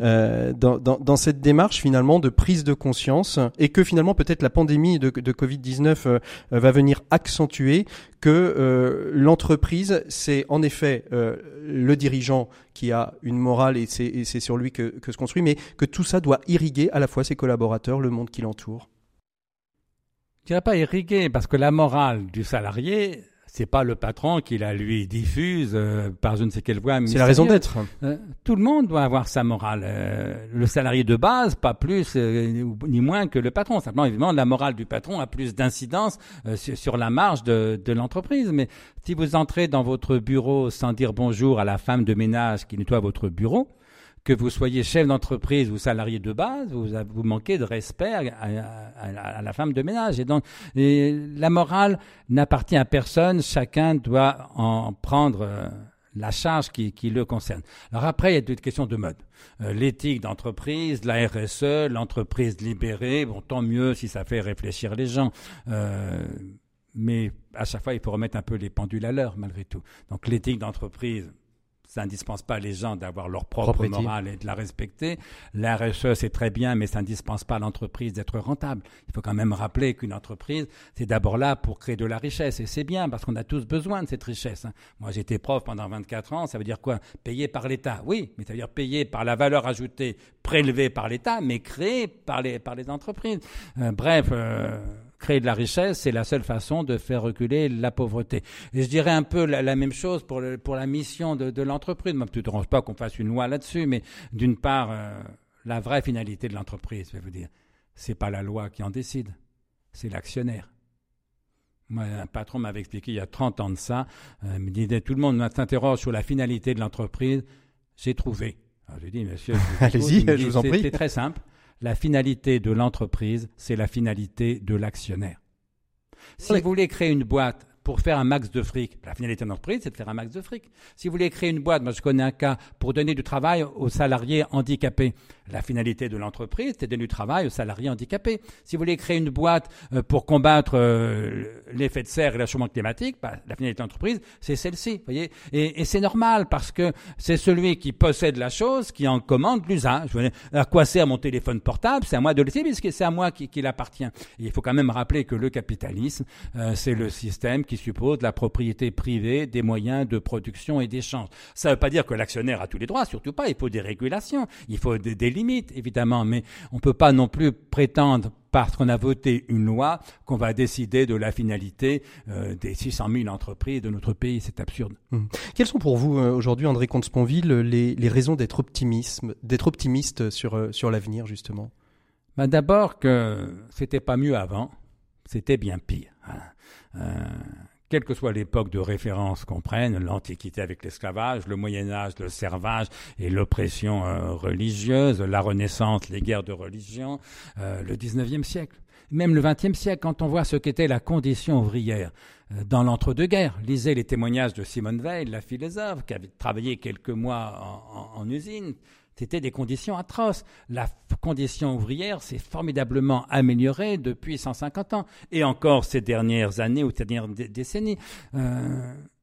démarche finalement de prise de conscience, et que finalement peut-être la pandémie de Covid-19 va venir accentuer que l'entreprise, c'est en effet le dirigeant qui a une morale et c'est sur lui que se construit, mais que tout ça doit irriguer à la fois ses collaborateurs, le monde qui l'entoure? Je dirais pas irriguer, parce que la morale du salarié, c'est pas le patron qui la lui diffuse par je ne sais quelle voie. C'est la raison d'être. Tout le monde doit avoir sa morale. Le salarié de base, pas plus ni moins que le patron. Simplement, évidemment, la morale du patron a plus d'incidence sur la marge de l'entreprise. Mais si vous entrez dans votre bureau sans dire bonjour à la femme de ménage qui nettoie votre bureau, que vous soyez chef d'entreprise ou salarié de base, vous manquez de respect à la femme de ménage. Et donc, la morale n'appartient à personne. Chacun doit en prendre la charge qui le concerne. Alors après, il y a des questions de mode. L'éthique d'entreprise, la RSE, l'entreprise libérée, bon, tant mieux si ça fait réfléchir les gens. Mais à chaque fois, il faut remettre un peu les pendules à l'heure, malgré tout. Donc, l'éthique d'entreprise, ça ne dispense pas les gens d'avoir leur propre morale et de la respecter. La RSE, c'est très bien, mais ça ne dispense pas l'entreprise d'être rentable. Il faut quand même rappeler qu'une entreprise, c'est d'abord là pour créer de la richesse. Et c'est bien, parce qu'on a tous besoin de cette richesse. Moi, j'ai été prof pendant 24 ans. Ça veut dire quoi? Payé par l'État. Oui, mais ça veut dire payé par la valeur ajoutée prélevée par l'État, mais créée par les entreprises. Créer de la richesse, c'est la seule façon de faire reculer la pauvreté. Et je dirais un peu la même chose pour la mission de l'entreprise. Moi, je ne dérange pas qu'on fasse une loi là-dessus, mais d'une part, la vraie finalité de l'entreprise, je vais vous dire, c'est pas la loi qui en décide, c'est l'actionnaire. Moi, un patron m'avait expliqué il y a 30 ans de ça, me disait, tout le monde s'interroge sur la finalité de l'entreprise, j'ai trouvé. Alors, je lui dis, monsieur, allez-y, je vous en prie. C'est très simple. La finalité de l'entreprise, c'est la finalité de l'actionnaire. Si vous voulez créer une boîte pour faire un max de fric, la finalité de l'entreprise, c'est de faire un max de fric. Si vous voulez créer une boîte, moi je connais un cas, pour donner du travail aux salariés handicapés, la finalité de l'entreprise, c'est de donner du travail aux salariés handicapés. Si vous voulez créer une boîte pour combattre l'effet de serre et le réchauffement climatique, la finalité de l'entreprise, c'est celle-ci. Vous voyez, et c'est normal, parce que c'est celui qui possède la chose qui en commande l'usage. À quoi sert mon téléphone portable? C'est à moi de le laisser, puisque c'est à moi qu'il appartient. Et il faut quand même rappeler que le capitalisme, c'est le système qui suppose la propriété privée des moyens de production et d'échange. Ça ne veut pas dire que l'actionnaire a tous les droits, surtout pas. Il faut des régulations, il faut des limites, évidemment, mais on ne peut pas non plus prétendre, parce qu'on a voté une loi, qu'on va décider de la finalité des 600 000 entreprises de notre pays. C'est absurde. Quelles sont pour vous, aujourd'hui, André Comte-Sponville, les raisons d'être optimiste sur l'avenir, justement? D'abord que c'était pas mieux avant, c'était bien pire. Quelle que soit l'époque de référence qu'on prenne, l'Antiquité avec l'esclavage, le Moyen-Âge, le servage et l'oppression religieuse, la Renaissance, les guerres de religion, le 19e siècle, même le 20e siècle, quand on voit ce qu'était la condition ouvrière dans l'entre-deux-guerres. Lisez les témoignages de Simone Weil, la philosophe, qui avait travaillé quelques mois en usine. C'était des conditions atroces. La condition ouvrière s'est formidablement améliorée depuis 150 ans. Et encore ces dernières années ou ces dernières décennies.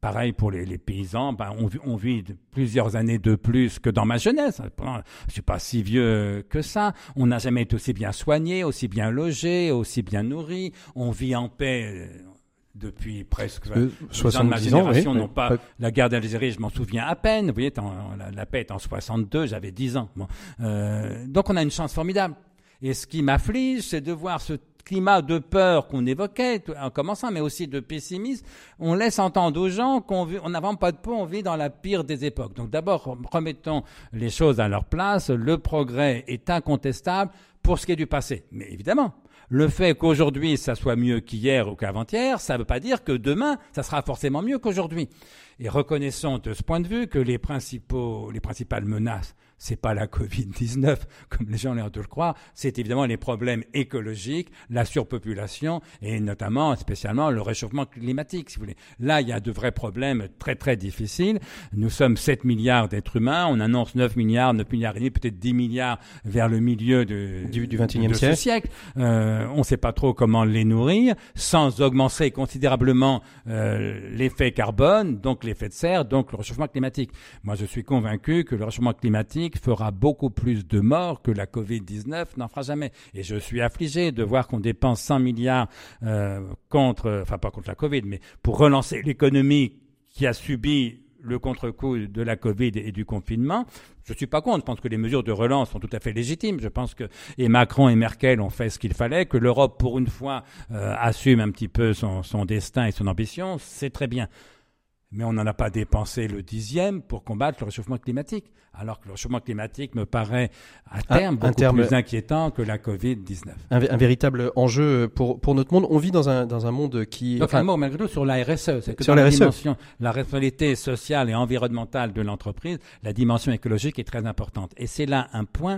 Pareil pour les paysans, on vit plusieurs années de plus que dans ma jeunesse. Je suis pas si vieux que ça. On n'a jamais été aussi bien soigné, aussi bien logé, aussi bien nourri. On vit en paix depuis presque 70 ans de ma génération. oui. Non pas la guerre d'Algérie, je m'en souviens à peine. Vous voyez, la paix est en 62, j'avais 10 ans. Bon. Donc on a une chance formidable. Et ce qui m'afflige, c'est de voir ce climat de peur qu'on évoquait en commençant, mais aussi de pessimisme. On laisse entendre aux gens qu'on n'a vraiment pas de peau, on vit dans la pire des époques. Donc d'abord, remettons les choses à leur place. Le progrès est incontestable pour ce qui est du passé. Mais évidemment, le fait qu'aujourd'hui ça soit mieux qu'hier ou qu'avant-hier, ça ne veut pas dire que demain ça sera forcément mieux qu'aujourd'hui. Et reconnaissons de ce point de vue que les principales menaces, c'est pas la Covid-19, comme les gens ont l'air de le croire, c'est évidemment les problèmes écologiques, la surpopulation et notamment, spécialement, le réchauffement climatique, si vous voulez. Là, il y a de vrais problèmes très très difficiles. Nous sommes 7 milliards d'êtres humains, on annonce 9 milliards et demi, peut-être 10 milliards vers le milieu du XXIe siècle. On ne sait pas trop comment les nourrir, sans augmenter considérablement l'effet carbone, donc l'effet de serre, donc le réchauffement climatique. Moi, je suis convaincu que le réchauffement climatique fera beaucoup plus de morts que la Covid-19 n'en fera jamais. Et je suis affligé de voir qu'on dépense 100 milliards pas contre la Covid, mais pour relancer l'économie qui a subi le contre-coup de la Covid et du confinement. Je ne suis pas contre. Je pense que les mesures de relance sont tout à fait légitimes. Je pense que et Macron et Merkel ont fait ce qu'il fallait, que l'Europe, pour une fois, assume un petit peu son destin et son ambition. C'est très bien. Mais on n'en a pas dépensé le 10e pour combattre le réchauffement climatique. Alors que le réchauffement climatique me paraît à terme beaucoup plus inquiétant que la Covid-19. Un véritable enjeu pour notre monde. On vit dans un monde qui... Donc un mot malgré tout sur la RSE. C'est que sur dans la dimension, la responsabilité sociale et environnementale de l'entreprise, la dimension écologique est très importante. Et c'est là un point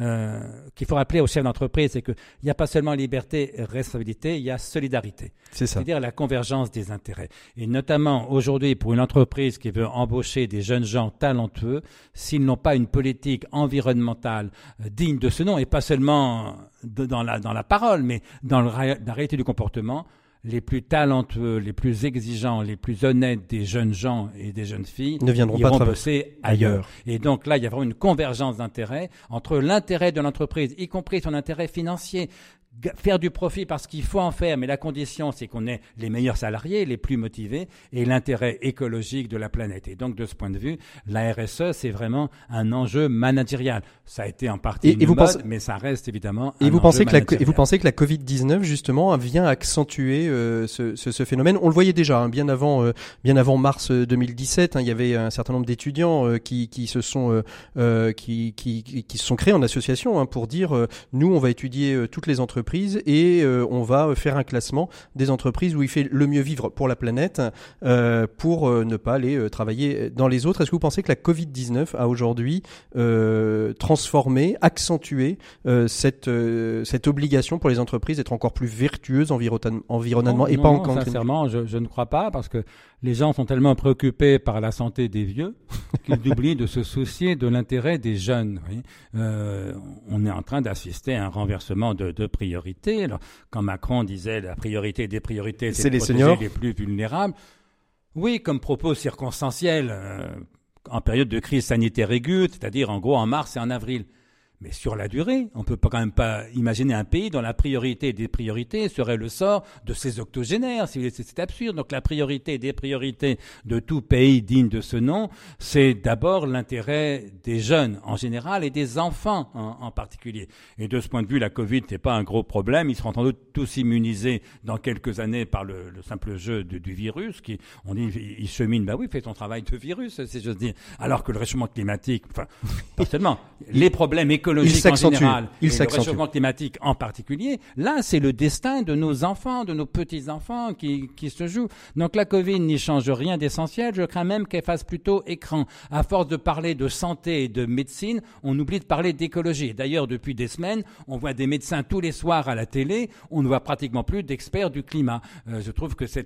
qu'il faut rappeler aux chefs d'entreprise, c'est qu'il n'y a pas seulement liberté et responsabilité, il y a solidarité. C'est ça. C'est-à-dire la convergence des intérêts. Et notamment aujourd'hui, pour une entreprise qui veut embaucher des jeunes gens talentueux, s'ils n'ont pas une politique environnementale digne de ce nom, et pas seulement dans la parole, mais dans la réalité du comportement, les plus talentueux, les plus exigeants, les plus honnêtes des jeunes gens et des jeunes filles ne viendront iront pas bosser ailleurs. Et donc là, il y a vraiment une convergence d'intérêts entre l'intérêt de l'entreprise, y compris son intérêt financier, faire du profit parce qu'il faut en faire, mais la condition, c'est qu'on ait les meilleurs salariés, les plus motivés, et l'intérêt écologique de la planète. Et donc, de ce point de vue, la RSE, c'est vraiment un enjeu managérial. Ça a été en partie mais ça reste évidemment un enjeu managérial. Et vous pensez que la Covid-19, justement, vient accentuer ce phénomène? On le voyait déjà, bien avant mars 2017, il y avait un certain nombre d'étudiants qui se sont créés en association pour dire nous, on va étudier toutes les entreprises et on va faire un classement des entreprises où il fait le mieux vivre pour la planète pour ne pas aller travailler dans les autres. Est-ce que vous pensez que la Covid-19 a aujourd'hui transformé, accentué cette obligation pour les entreprises d'être encore plus vertueuses environnementalement et pas encore... Sincèrement, je ne crois pas, parce que les gens sont tellement préoccupés par la santé des vieux qu'ils oublient de se soucier de l'intérêt des jeunes. Oui. On est en train d'assister à un renversement de priorités. Alors, quand Macron disait la priorité des priorités, c'est de protéger les plus vulnérables, oui, comme propos circonstanciel en période de crise sanitaire aiguë, c'est-à-dire en gros en mars et en avril. Mais sur la durée, on peut quand même pas imaginer un pays dont la priorité des priorités serait le sort de ses octogénaires. C'est absurde. Donc la priorité des priorités de tout pays digne de ce nom, c'est d'abord l'intérêt des jeunes en général et des enfants en particulier. Et de ce point de vue, la Covid, c'est pas un gros problème. Ils seront sans doute tous immunisés dans quelques années par le simple jeu du virus. On dit, il chemine, fais ton travail de virus, si j'ose dire. Alors que le réchauffement climatique, pas seulement, les problèmes écologiques en général et le réchauffement climatique en particulier, là, c'est le destin de nos enfants, de nos petits-enfants qui se joue. Donc la Covid n'y change rien d'essentiel. Je crains même qu'elle fasse plutôt écran. À force de parler de santé et de médecine, on oublie de parler d'écologie. D'ailleurs, depuis des semaines, on voit des médecins tous les soirs à la télé. On ne voit pratiquement plus d'experts du climat. Je trouve que cette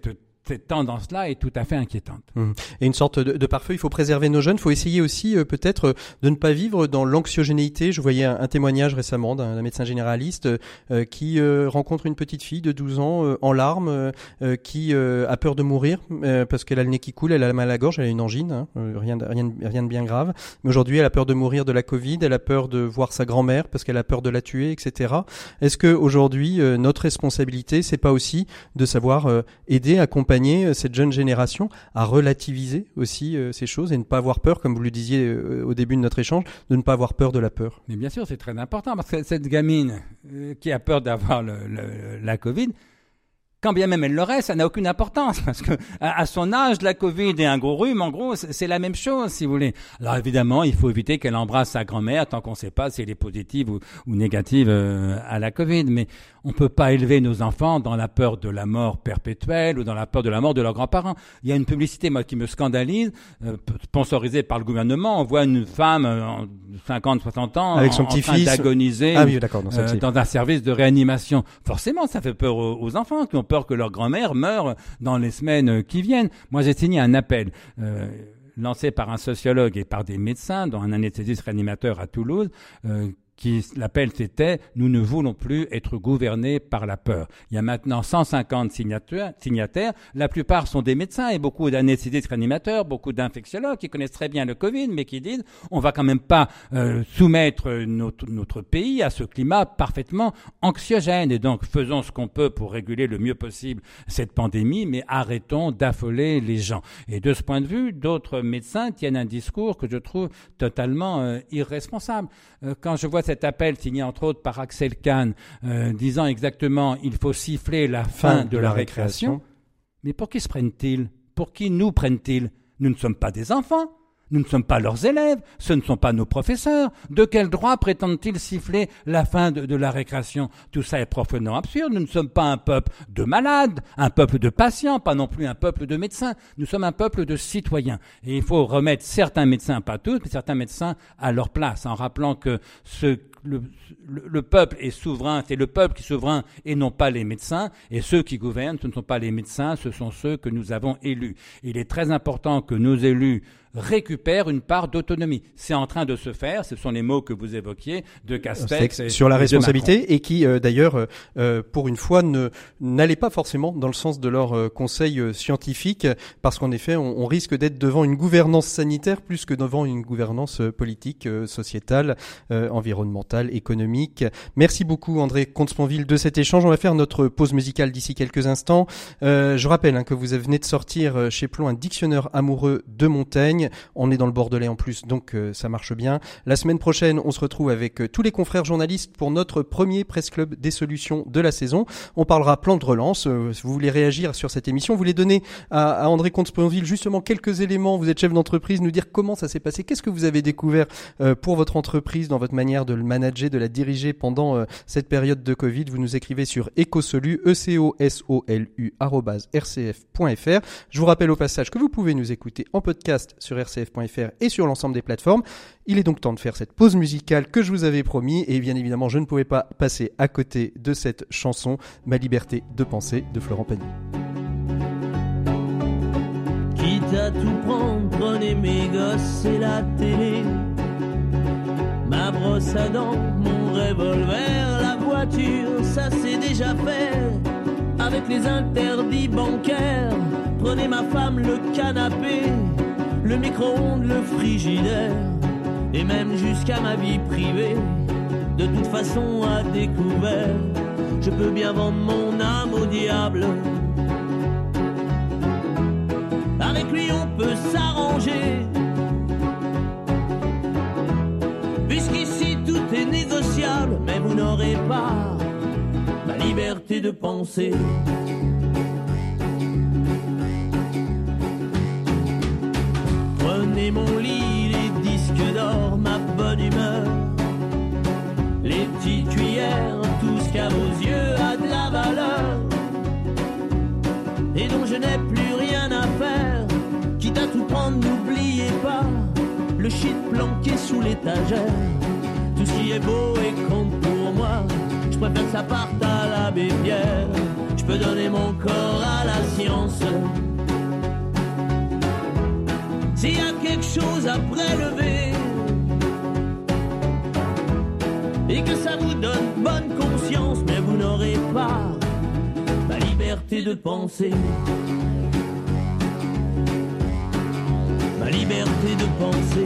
cette tendance-là est tout à fait inquiétante. Et une sorte de pare-feu, il faut préserver nos jeunes, il faut essayer aussi peut-être de ne pas vivre dans l'anxiogénéité. Je voyais un témoignage récemment d'un médecin généraliste qui rencontre une petite fille de 12 ans en larmes, qui a peur de mourir parce qu'elle a le nez qui coule, elle a mal à la gorge, elle a une angine, rien de bien grave. Mais aujourd'hui, elle a peur de mourir de la Covid, elle a peur de voir sa grand-mère parce qu'elle a peur de la tuer, etc. Est-ce que aujourd'hui, notre responsabilité, c'est pas aussi de savoir aider, accompagner cette jeune génération à relativiser aussi ces choses et ne pas avoir peur, comme vous le disiez au début de notre échange, de ne pas avoir peur de la peur. Mais bien sûr, c'est très important parce que cette gamine qui a peur d'avoir la Covid, quand bien même elle l'aurait, ça n'a aucune importance parce que à son âge, la Covid et un gros rhume, en gros, c'est la même chose, si vous voulez. Alors évidemment, il faut éviter qu'elle embrasse sa grand-mère tant qu'on ne sait pas si elle est positive ou négative à la Covid. Mais on peut pas élever nos enfants dans la peur de la mort perpétuelle ou dans la peur de la mort de leurs grands-parents. Il y a une publicité, moi, qui me scandalise, sponsorisée par le gouvernement. On voit une femme de 50, 60 ans avec son en train petit-fils d'agoniser dans un service de réanimation. Forcément, ça fait peur aux enfants qui ont peur que leur grand-mère meure dans les semaines qui viennent. Moi, j'ai signé un appel lancé par un sociologue et par des médecins, dont un anesthésiste réanimateur à Toulouse, l'appel c'était « Nous ne voulons plus être gouvernés par la peur ». Il y a maintenant 150 signataires. La plupart sont des médecins et beaucoup d'anesthésistes réanimateurs, beaucoup d'infectiologues qui connaissent très bien le Covid, mais qui disent « On va quand même pas soumettre notre pays à ce climat parfaitement anxiogène. Et donc, faisons ce qu'on peut pour réguler le mieux possible cette pandémie, mais arrêtons d'affoler les gens ». Et de ce point de vue, d'autres médecins tiennent un discours que je trouve totalement irresponsable. Quand je vois cet appel signé entre autres par Axel Kahn disant exactement il faut siffler la fin de la récréation. Mais pour qui se prennent-ils? Pour qui nous prennent-ils? Nous ne sommes pas des enfants. Nous ne sommes pas leurs élèves, ce ne sont pas nos professeurs. De quel droit prétendent-ils siffler la fin de la récréation? Tout ça est profondément absurde. Nous ne sommes pas un peuple de malades, un peuple de patients, pas non plus un peuple de médecins. Nous sommes un peuple de citoyens. Et il faut remettre certains médecins, pas tous, mais certains médecins à leur place, en rappelant que le peuple est souverain, c'est le peuple qui est souverain et non pas les médecins. Et ceux qui gouvernent, ce ne sont pas les médecins, ce sont ceux que nous avons élus. Il est très important que nos élus récupèrent une part d'autonomie. C'est en train de se faire, ce sont les mots que vous évoquiez de Castex sur la responsabilité et qui d'ailleurs pour une fois n'allaient pas forcément dans le sens de leur conseil scientifique parce qu'en effet on risque d'être devant une gouvernance sanitaire plus que devant une gouvernance politique, sociétale, environnementale, économique. Merci beaucoup André Comte-Sponville de cet échange. On va faire notre pause musicale d'ici quelques instants. Je rappelle que vous venez de sortir chez Plon un dictionnaire amoureux de Montaigne. On est dans le Bordelais en plus, donc ça marche bien. La semaine prochaine, on se retrouve avec tous les confrères journalistes pour notre premier Presse Club des solutions de la saison. On parlera plan de relance. Si vous voulez réagir sur cette émission, vous voulez donner à André Comte-Sponville justement quelques éléments. Vous êtes chef d'entreprise, nous dire comment ça s'est passé. Qu'est-ce que vous avez découvert pour votre entreprise dans votre manière de le manager, de la diriger pendant cette période de Covid. Vous nous écrivez sur ecosolu, ecosolu@rcf.fr. Je vous rappelle au passage que vous pouvez nous écouter en podcast sur rcf.fr et sur l'ensemble des plateformes. Il est donc temps de faire cette pause musicale que je vous avais promis et bien évidemment je ne pouvais pas passer à côté de cette chanson Ma liberté de penser de Florent Pagny. Quitte à tout prendre, prenez mes gosses et la télé, ma brosse à dents, mon revolver, la voiture, ça c'est déjà fait. Avec les interdits bancaires, prenez ma femme, le canapé, le micro-ondes, le frigidaire, et même jusqu'à ma vie privée. De toute façon à découvert, je peux bien vendre mon âme au diable. Avec lui on peut s'arranger, puisqu'ici tout est négociable. Mais vous n'aurez pas ma liberté de penser. Prenez mon lit, les disques d'or, ma bonne humeur, les petites cuillères, tout ce qu'à vos yeux a de la valeur et dont je n'ai plus rien à faire. Quitte à tout prendre, n'oubliez pas le shit planqué sous l'étagère. Tout ce qui est beau et compte pour moi, je je préfère que ça parte à l'abbé Pierre. Je peux donner mon corps à la science. S'il y a quelque chose à prélever et que ça vous donne bonne conscience, mais vous n'aurez pas ma liberté de penser. Ma liberté de penser.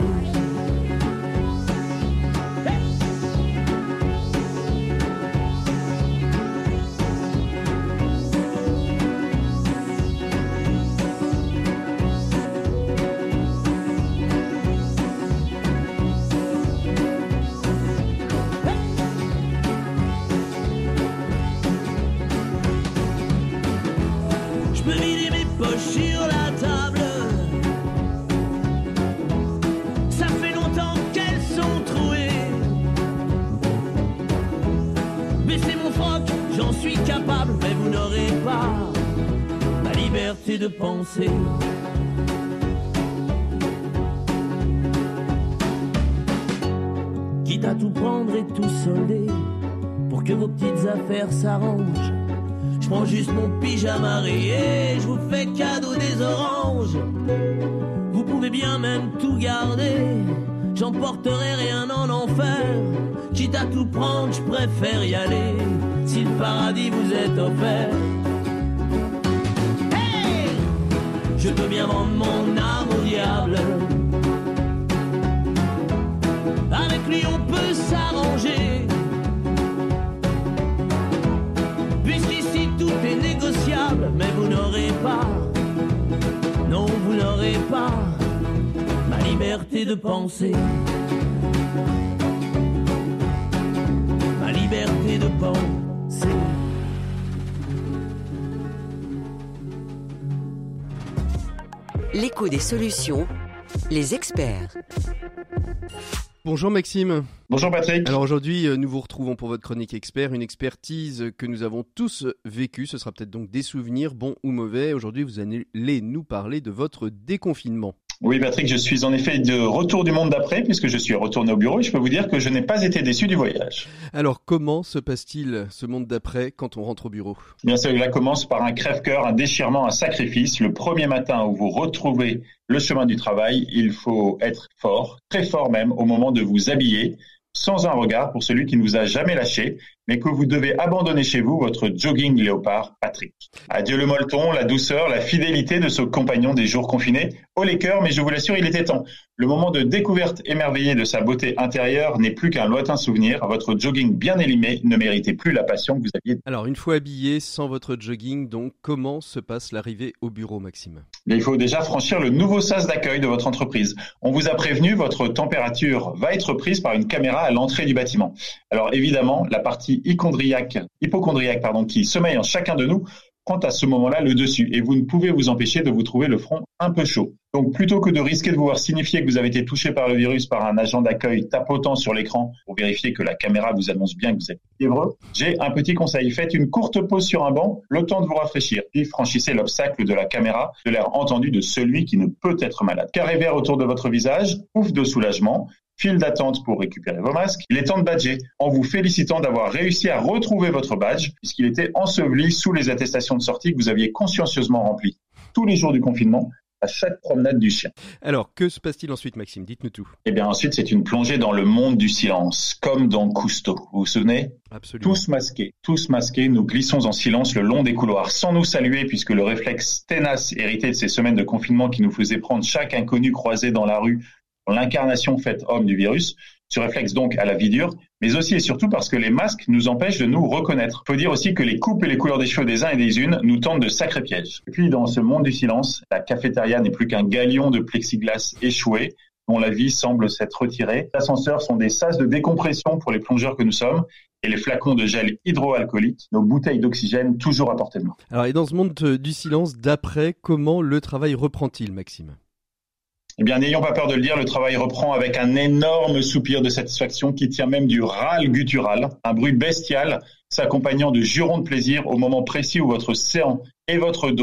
De penser. Quitte à tout prendre et tout solder pour que vos petites affaires s'arrangent, je prends juste mon pyjama rayé, je vous fais cadeau des oranges. Vous pouvez bien même tout garder, j'emporterai rien en enfer. Quitte à tout prendre, je préfère y aller si le paradis vous est offert. Je peux bien vendre mon âme au diable. Avec lui on peut s'arranger. Puisqu'ici tout est négociable. Mais vous n'aurez pas, non vous n'aurez pas ma liberté de penser. Ma liberté de penser. L'écho des solutions, les experts. Bonjour Maxime. Bonjour Patrick. Alors aujourd'hui, nous vous retrouvons pour votre chronique expert, une expertise que nous avons tous vécue. Ce sera peut-être donc des souvenirs, bons ou mauvais. Aujourd'hui, vous allez nous parler de votre déconfinement. Oui Patrick, je suis en effet de retour du monde d'après puisque je suis retourné au bureau et je peux vous dire que je n'ai pas été déçu du voyage. Alors comment se passe-t-il ce monde d'après quand on rentre au bureau ? Bien cela commence par un crève-cœur, un déchirement, un sacrifice. Le premier matin où vous retrouvez le chemin du travail, il faut être fort, très fort même, au moment de vous habiller, sans un regard pour celui qui ne vous a jamais lâché, mais que vous devez abandonner chez vous votre jogging léopard Patrick. Adieu le molleton, la douceur, la fidélité de ce compagnon des jours confinés. Haut les cœurs, mais je vous l'assure, il était temps. Le moment de découverte émerveillée de sa beauté intérieure n'est plus qu'un lointain souvenir. Votre jogging bien élimé ne méritait plus la passion que vous aviez. Alors, une fois habillé, sans votre jogging, donc, comment se passe l'arrivée au bureau, Maxime ? Il faut déjà franchir le nouveau sas d'accueil de votre entreprise. On vous a prévenu, votre température va être prise par une caméra à l'entrée du bâtiment. Alors évidemment, la partie hypochondriaque qui sommeille en chacun de nous prend à ce moment-là le dessus et vous ne pouvez vous empêcher de vous trouver le front un peu chaud. Donc plutôt que de risquer de vous voir signifier que vous avez été touché par le virus par un agent d'accueil tapotant sur l'écran pour vérifier que la caméra vous annonce bien que vous êtes fiévreux, j'ai un petit conseil. Faites une courte pause sur un banc, le temps de vous rafraîchir, puis franchissez l'obstacle de la caméra, de l'air entendu de celui qui ne peut être malade. Carré vert autour de votre visage, ouf de soulagement, file d'attente pour récupérer vos masques. Il est temps de badger en vous félicitant d'avoir réussi à retrouver votre badge puisqu'il était enseveli sous les attestations de sortie que vous aviez consciencieusement remplies tous les jours du confinement à chaque promenade du chien. Alors, que se passe-t-il ensuite, Maxime ? Dites-nous tout. Eh bien, ensuite, c'est une plongée dans le monde du silence, comme dans Cousteau. Vous vous souvenez ? Absolument. Tous masqués, nous glissons en silence le long des couloirs, sans nous saluer, puisque le réflexe ténace hérité de ces semaines de confinement qui nous faisait prendre chaque inconnu croisé dans la rue, l'incarnation faite homme du virus, se réflexe donc à la vie dure, mais aussi et surtout parce que les masques nous empêchent de nous reconnaître. Il faut dire aussi que les coupes et les couleurs des cheveux des uns et des unes nous tendent de sacrés pièges. Et puis dans ce monde du silence, la cafétéria n'est plus qu'un galion de plexiglas échoué, dont la vie semble s'être retirée. Les ascenseurs sont des sas de décompression pour les plongeurs que nous sommes, et les flacons de gel hydroalcoolique, nos bouteilles d'oxygène toujours à portée de main. Alors et dans ce monde du silence d'après, comment le travail reprend-il, Maxime ? Eh bien, n'ayons pas peur de le dire, le travail reprend avec un énorme soupir de satisfaction qui tient même du râle guttural, un bruit bestial s'accompagnant de jurons de plaisir au moment précis où votre séant et votre dos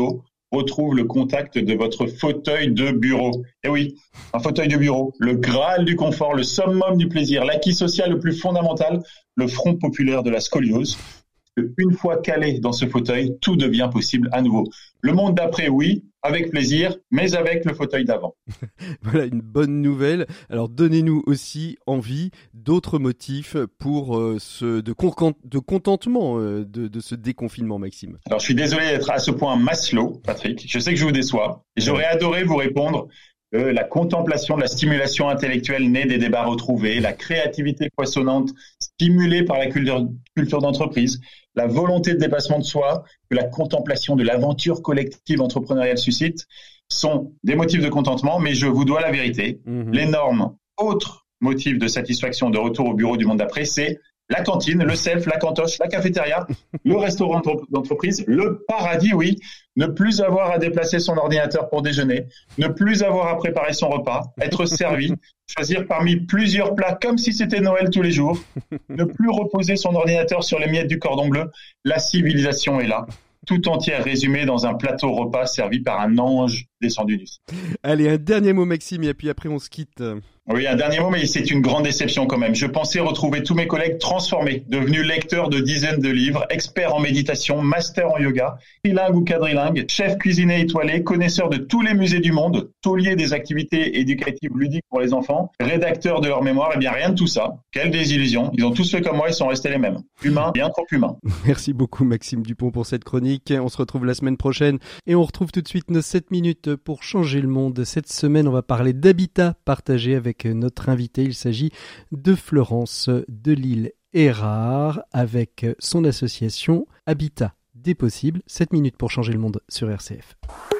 retrouve le contact de votre fauteuil de bureau. Eh oui, un fauteuil de bureau, le Graal du confort, le summum du plaisir, l'acquis social le plus fondamental, le front populaire de la scoliose. Une fois calé dans ce fauteuil, tout devient possible à nouveau. Le monde d'après, oui, avec plaisir, mais avec le fauteuil d'avant. Voilà une bonne nouvelle. Alors donnez-nous aussi envie d'autres motifs pour de contentement de ce déconfinement, Maxime. Alors je suis désolé d'être à ce point Maslow, Patrick. Je sais que je vous déçois. Et j'aurais adoré vous répondre la contemplation, la stimulation intellectuelle née des débats retrouvés, la créativité poissonnante stimulée par la culture d'entreprise, la volonté de dépassement de soi, que la contemplation de l'aventure collective entrepreneuriale suscite, sont des motifs de contentement, mais je vous dois la vérité. L'énorme autre motif de satisfaction de retour au bureau du monde d'après, c'est la cantine, le self, la cantoche, la cafétéria, le restaurant d'entreprise, le paradis, oui. Ne plus avoir à déplacer son ordinateur pour déjeuner, ne plus avoir à préparer son repas, être servi, choisir parmi plusieurs plats comme si c'était Noël tous les jours, ne plus reposer son ordinateur sur les miettes du cordon bleu. La civilisation est là, tout entière résumée dans un plateau repas servi par un ange descendu du ciel. Allez, un dernier mot, Maxime, et puis après on se quitte. Oui, un dernier mot, mais c'est une grande déception quand même. Je pensais retrouver tous mes collègues transformés, devenus lecteurs de dizaines de livres, experts en méditation, masters en yoga, trilingues ou quadrilingues, chefs cuisiniers étoilés, connaisseurs de tous les musées du monde, tauliers des activités éducatives ludiques pour les enfants, rédacteurs de leur mémoire. Eh bien, rien de tout ça. Quelle désillusion. Ils ont tous fait comme moi, ils sont restés les mêmes. Humains, bien trop humains. Merci beaucoup, Maxime Dupont, pour cette chronique. On se retrouve la semaine prochaine et on retrouve tout de suite nos 7 minutes pour changer le monde. Cette semaine, on va parler d'habitat partagé avec notre invité. Il s'agit de Florence Delisle-Erard avec son association Habitat des possibles. 7 minutes pour changer le monde sur RCF.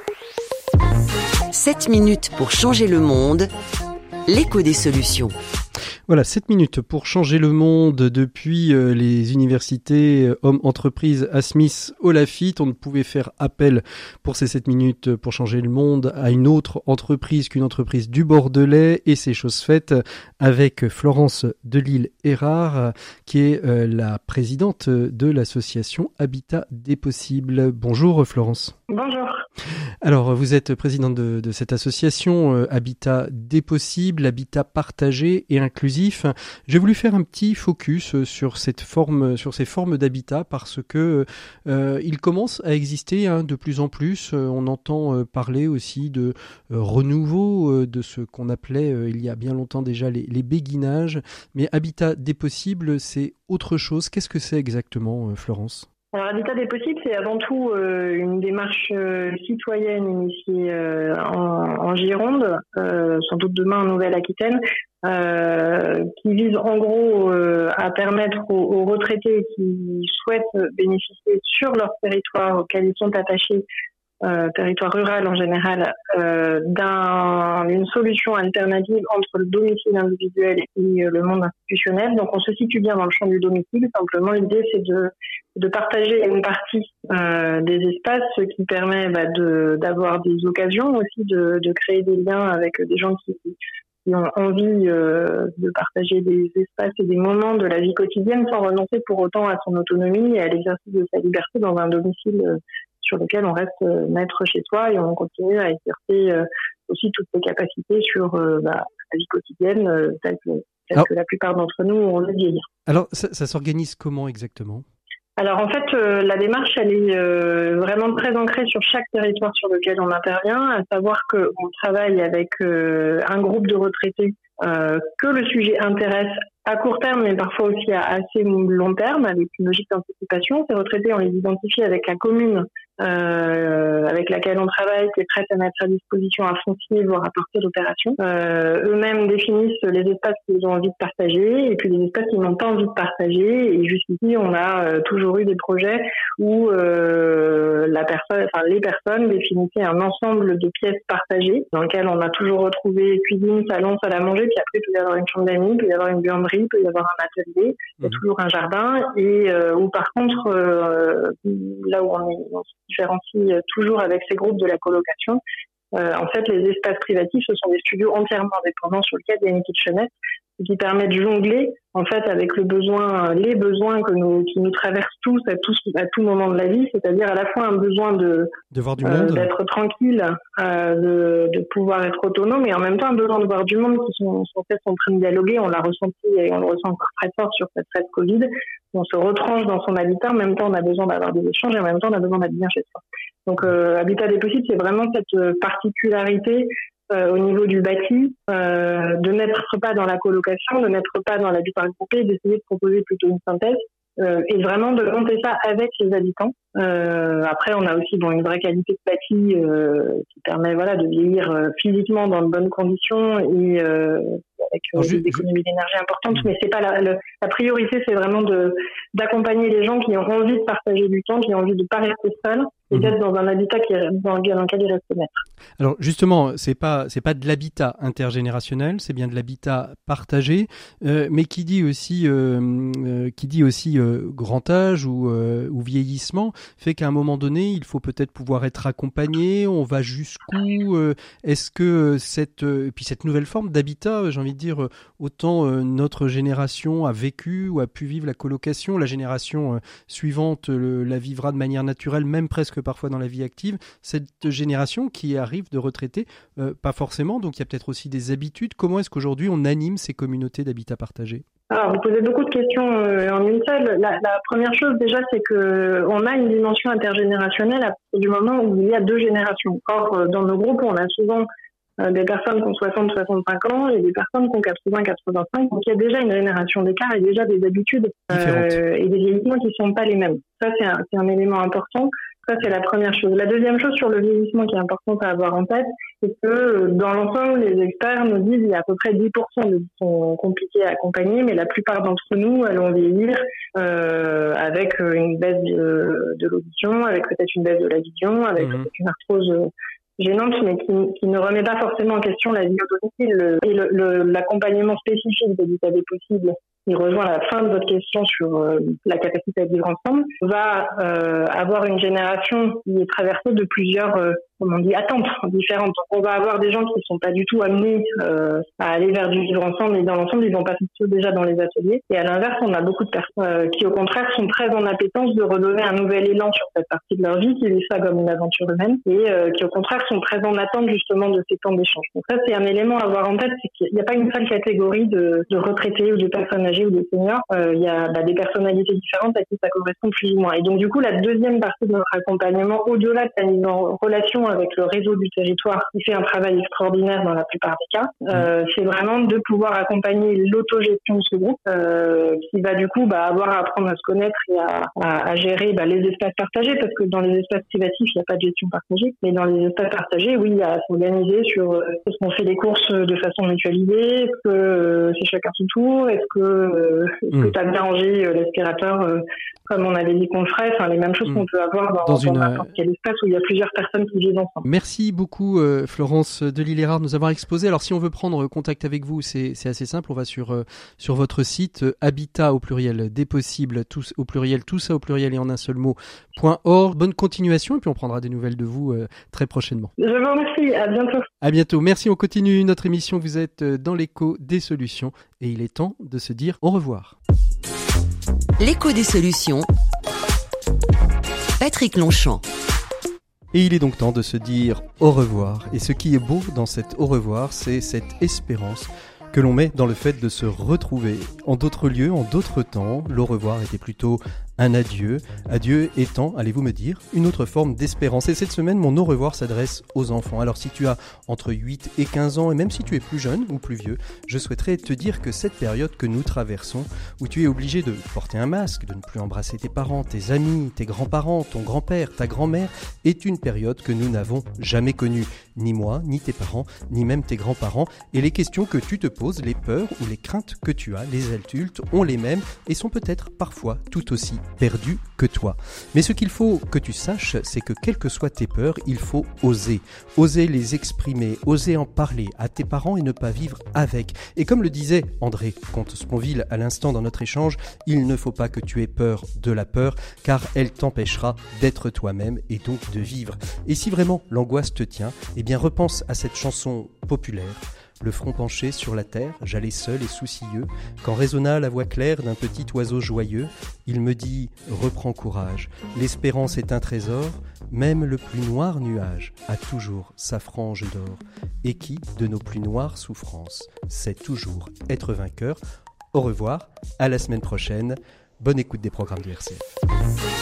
7 minutes pour changer le monde. L'écho des solutions. Voilà, 7 minutes pour changer le monde depuis les universités Hommes-Entreprises à Smith au Lafitte. On ne pouvait faire appel pour ces 7 minutes pour changer le monde à une autre entreprise qu'une entreprise du Bordelais, et c'est chose faite avec Florence Delisle-Erard qui est la présidente de l'association Habitat des possibles. Bonjour Florence. Bonjour. Alors, vous êtes présidente de cette association Habitat des possibles, habitat partagé et inclusif. J'ai voulu faire un petit focus sur ces formes d'habitat parce que il commence à exister de plus en plus. On entend parler aussi de renouveau de ce qu'on appelait il y a bien longtemps déjà les béguinages. Mais Habitat des possibles, c'est autre chose. Qu'est-ce que c'est exactement, Florence ? Alors, Habitat des possibles, c'est avant tout une démarche citoyenne initiée en Gironde, sans doute demain en Nouvelle-Aquitaine, qui vise en gros à permettre aux retraités qui souhaitent bénéficier sur leur territoire auquel ils sont attachés, territoire rural en général, d'une solution alternative entre le domicile individuel et le monde institutionnel. Donc on se situe bien dans le champ du domicile. Simplement, l'idée c'est de partager une partie des espaces, ce qui permet d'avoir des occasions aussi de créer des liens avec des gens qui ont envie de partager des espaces et des moments de la vie quotidienne sans renoncer pour autant à son autonomie et à l'exercice de sa liberté dans un domicile sur lequel on reste maître chez soi et on continue à exercer aussi toutes ses capacités sur la vie quotidienne telle que la plupart d'entre nous ont le vieillir. Alors, ça s'organise comment exactement ? Alors en fait, la démarche, elle est vraiment très ancrée sur chaque territoire sur lequel on intervient, à savoir qu'on travaille avec un groupe de retraités que le sujet intéresse à court terme, mais parfois aussi à assez long terme, avec une logique d'anticipation. Ces retraités, on les identifie avec la commune avec laquelle on travaille, qui est prête à mettre à disposition un foncier, voire à partir d'opérations. Eux-mêmes définissent les espaces qu'ils ont envie de partager et puis les espaces qu'ils n'ont pas envie de partager. Et jusqu'ici, on a toujours eu des projets où les personnes définissaient un ensemble de pièces partagées dans lequel on a toujours retrouvé cuisine, salon, salle à manger, puis après il peut y avoir une chambre d'amis, il peut y avoir une buanderie, il peut y avoir un atelier, il y a toujours un jardin et où par contre là où on se différencie toujours avec ces groupes de la colocation, en fait les espaces privatifs ce sont des studios entièrement indépendants sur lesquels il y a une kitchenette qui permet de jongler en fait avec les besoins qui nous traversent tous à tout moment de la vie, c'est-à-dire à la fois un besoin de voir du monde, d'être tranquille, de pouvoir être autonome, et en même temps un besoin de voir du monde qui sont en train de dialoguer. On l'a ressenti et on le ressent encore très fort sur cette phase Covid. On se retranche dans son habitat, en même temps on a besoin d'avoir des échanges et en même temps on a besoin d'être bien chez soi. Donc Habitat des possibles, c'est vraiment cette particularité au niveau du bâti, de n'être pas dans la colocation, de n'être pas dans l'habitat regroupé, d'essayer de proposer plutôt une synthèse et vraiment de monter ça avec les habitants. Après, on a aussi une vraie qualité de bâti qui permet de vieillir physiquement dans de bonnes conditions et avec des économies d'énergie importantes. Mais c'est pas la priorité, c'est vraiment d'accompagner les gens qui ont envie de partager du temps, qui ont envie de pas rester seuls et d'être dans un habitat dans lequel ils restent maîtres. Alors justement, c'est pas de l'habitat intergénérationnel, c'est bien de l'habitat partagé, mais qui dit aussi grand âge ou vieillissement fait qu'à un moment donné, il faut peut-être pouvoir être accompagné. On va jusqu'où est-ce que cette nouvelle forme d'habitat, j'ai envie de dire, autant notre génération a vécu ou a pu vivre la colocation, la génération suivante la vivra de manière naturelle, même presque parfois dans la vie active. Cette génération qui arrive de retraités, pas forcément, donc il y a peut-être aussi des habitudes. Comment est-ce qu'aujourd'hui on anime ces communautés d'habitat partagé ? Alors, vous posez beaucoup de questions en une seule. La première chose déjà, c'est que on a une dimension intergénérationnelle à partir du moment où il y a deux générations. Or, dans nos groupes, on a souvent des personnes qui ont 60-65 ans et des personnes qui ont 80-85. Donc, il y a déjà une génération d'écart et déjà des habitudes et des vieillissements qui ne sont pas les mêmes. Ça, c'est un élément important. Ça, c'est la première chose. La deuxième chose sur le vieillissement qui est importante à avoir en tête, c'est que dans l'ensemble, les experts nous disent qu'il y a à peu près 10% qui sont compliqués à accompagner, mais la plupart d'entre nous allons vieillir avec une baisse de l'audition, avec peut-être une baisse de la vision, avec peut-être une arthrose gênante, mais qui ne remet pas forcément en question la vie au domicile et l'accompagnement spécifique d'habitat des possibles. Il rejoint la fin de votre question sur la capacité à vivre ensemble. On va avoir une génération qui est traversée de plusieurs attentes différentes. Donc, on va avoir des gens qui ne sont pas du tout amenés à aller vers du vivre ensemble, et dans l'ensemble, ils vont passer déjà dans les ateliers. Et à l'inverse, on a beaucoup de personnes qui, au contraire, sont très en appétence de redonner un nouvel élan sur cette partie de leur vie, qui vivent ça comme une aventure humaine, et qui, au contraire, sont très en attente justement de ces temps d'échange. Donc ça, c'est un élément à avoir en tête, c'est qu'il n'y a pas une seule catégorie de retraités ou de personnes âgées ou de seniors. Il y a des personnalités différentes à qui ça correspond plus ou moins. Et donc, du coup, la deuxième partie de notre accompagnement, au-delà de la mise en relation avec le réseau du territoire, qui fait un travail extraordinaire dans la plupart des cas, c'est vraiment de pouvoir accompagner l'autogestion de ce groupe, qui va du coup avoir à apprendre à se connaître et à gérer les espaces partagés, parce que dans les espaces privatifs, il n'y a pas de gestion partagée, mais dans les espaces partagés, oui, il y a à s'organiser sur est-ce qu'on fait les courses de façon mutualisée, est-ce que c'est chacun son tour, est-ce que tu as bien rangé l'aspirateur comme on avait dit qu'on le ferait, les mêmes choses qu'on peut avoir dans n'importe quel espace où il y a plusieurs personnes qui vivent ensemble. Merci beaucoup Florence Delisle-Erard de nous avoir exposé. Alors si on veut prendre contact avec vous, c'est assez simple, on va sur votre site habitat au pluriel des possibles, tous au pluriel, tout ça au pluriel et en un seul mot.org. Bonne continuation et puis on prendra des nouvelles de vous très prochainement. Je vous remercie, à bientôt. À bientôt, merci, on continue notre émission, vous êtes dans l'écho des solutions et il est temps de se dire au revoir. L'écho des solutions. Patrick Longchamp. Et il est donc temps de se dire au revoir. Et ce qui est beau dans cet au revoir, c'est cette espérance que l'on met dans le fait de se retrouver. En d'autres lieux, en d'autres temps, l'au revoir était plutôt un adieu. Adieu étant, allez-vous me dire, une autre forme d'espérance. Et cette semaine, mon au revoir s'adresse aux enfants. Alors si tu as entre 8 et 15 ans, et même si tu es plus jeune ou plus vieux, je souhaiterais te dire que cette période que nous traversons, où tu es obligé de porter un masque, de ne plus embrasser tes parents, tes amis, tes grands-parents, ton grand-père, ta grand-mère, est une période que nous n'avons jamais connue. Ni moi, ni tes parents, ni même tes grands-parents. Et les questions que tu te poses, les peurs ou les craintes que tu as, les adultes ont les mêmes et sont peut-être parfois tout aussi perdus que toi. Mais ce qu'il faut que tu saches, c'est que quelles que soient tes peurs, il faut oser. Oser les exprimer, oser en parler à tes parents et ne pas vivre avec. Et comme le disait André Comte-Sponville à l'instant dans notre échange, il ne faut pas que tu aies peur de la peur, car elle t'empêchera d'être toi-même et donc de vivre. Et si vraiment l'angoisse te tient, eh bien repense à cette chanson populaire. Le front penché sur la terre, j'allais seul et soucieux, quand résonna la voix claire d'un petit oiseau joyeux. Il me dit « Reprends courage, l'espérance est un trésor, même le plus noir nuage a toujours sa frange d'or. Et qui, de nos plus noires souffrances, sait toujours être vainqueur ?» Au revoir, à la semaine prochaine. Bonne écoute des programmes du RCF.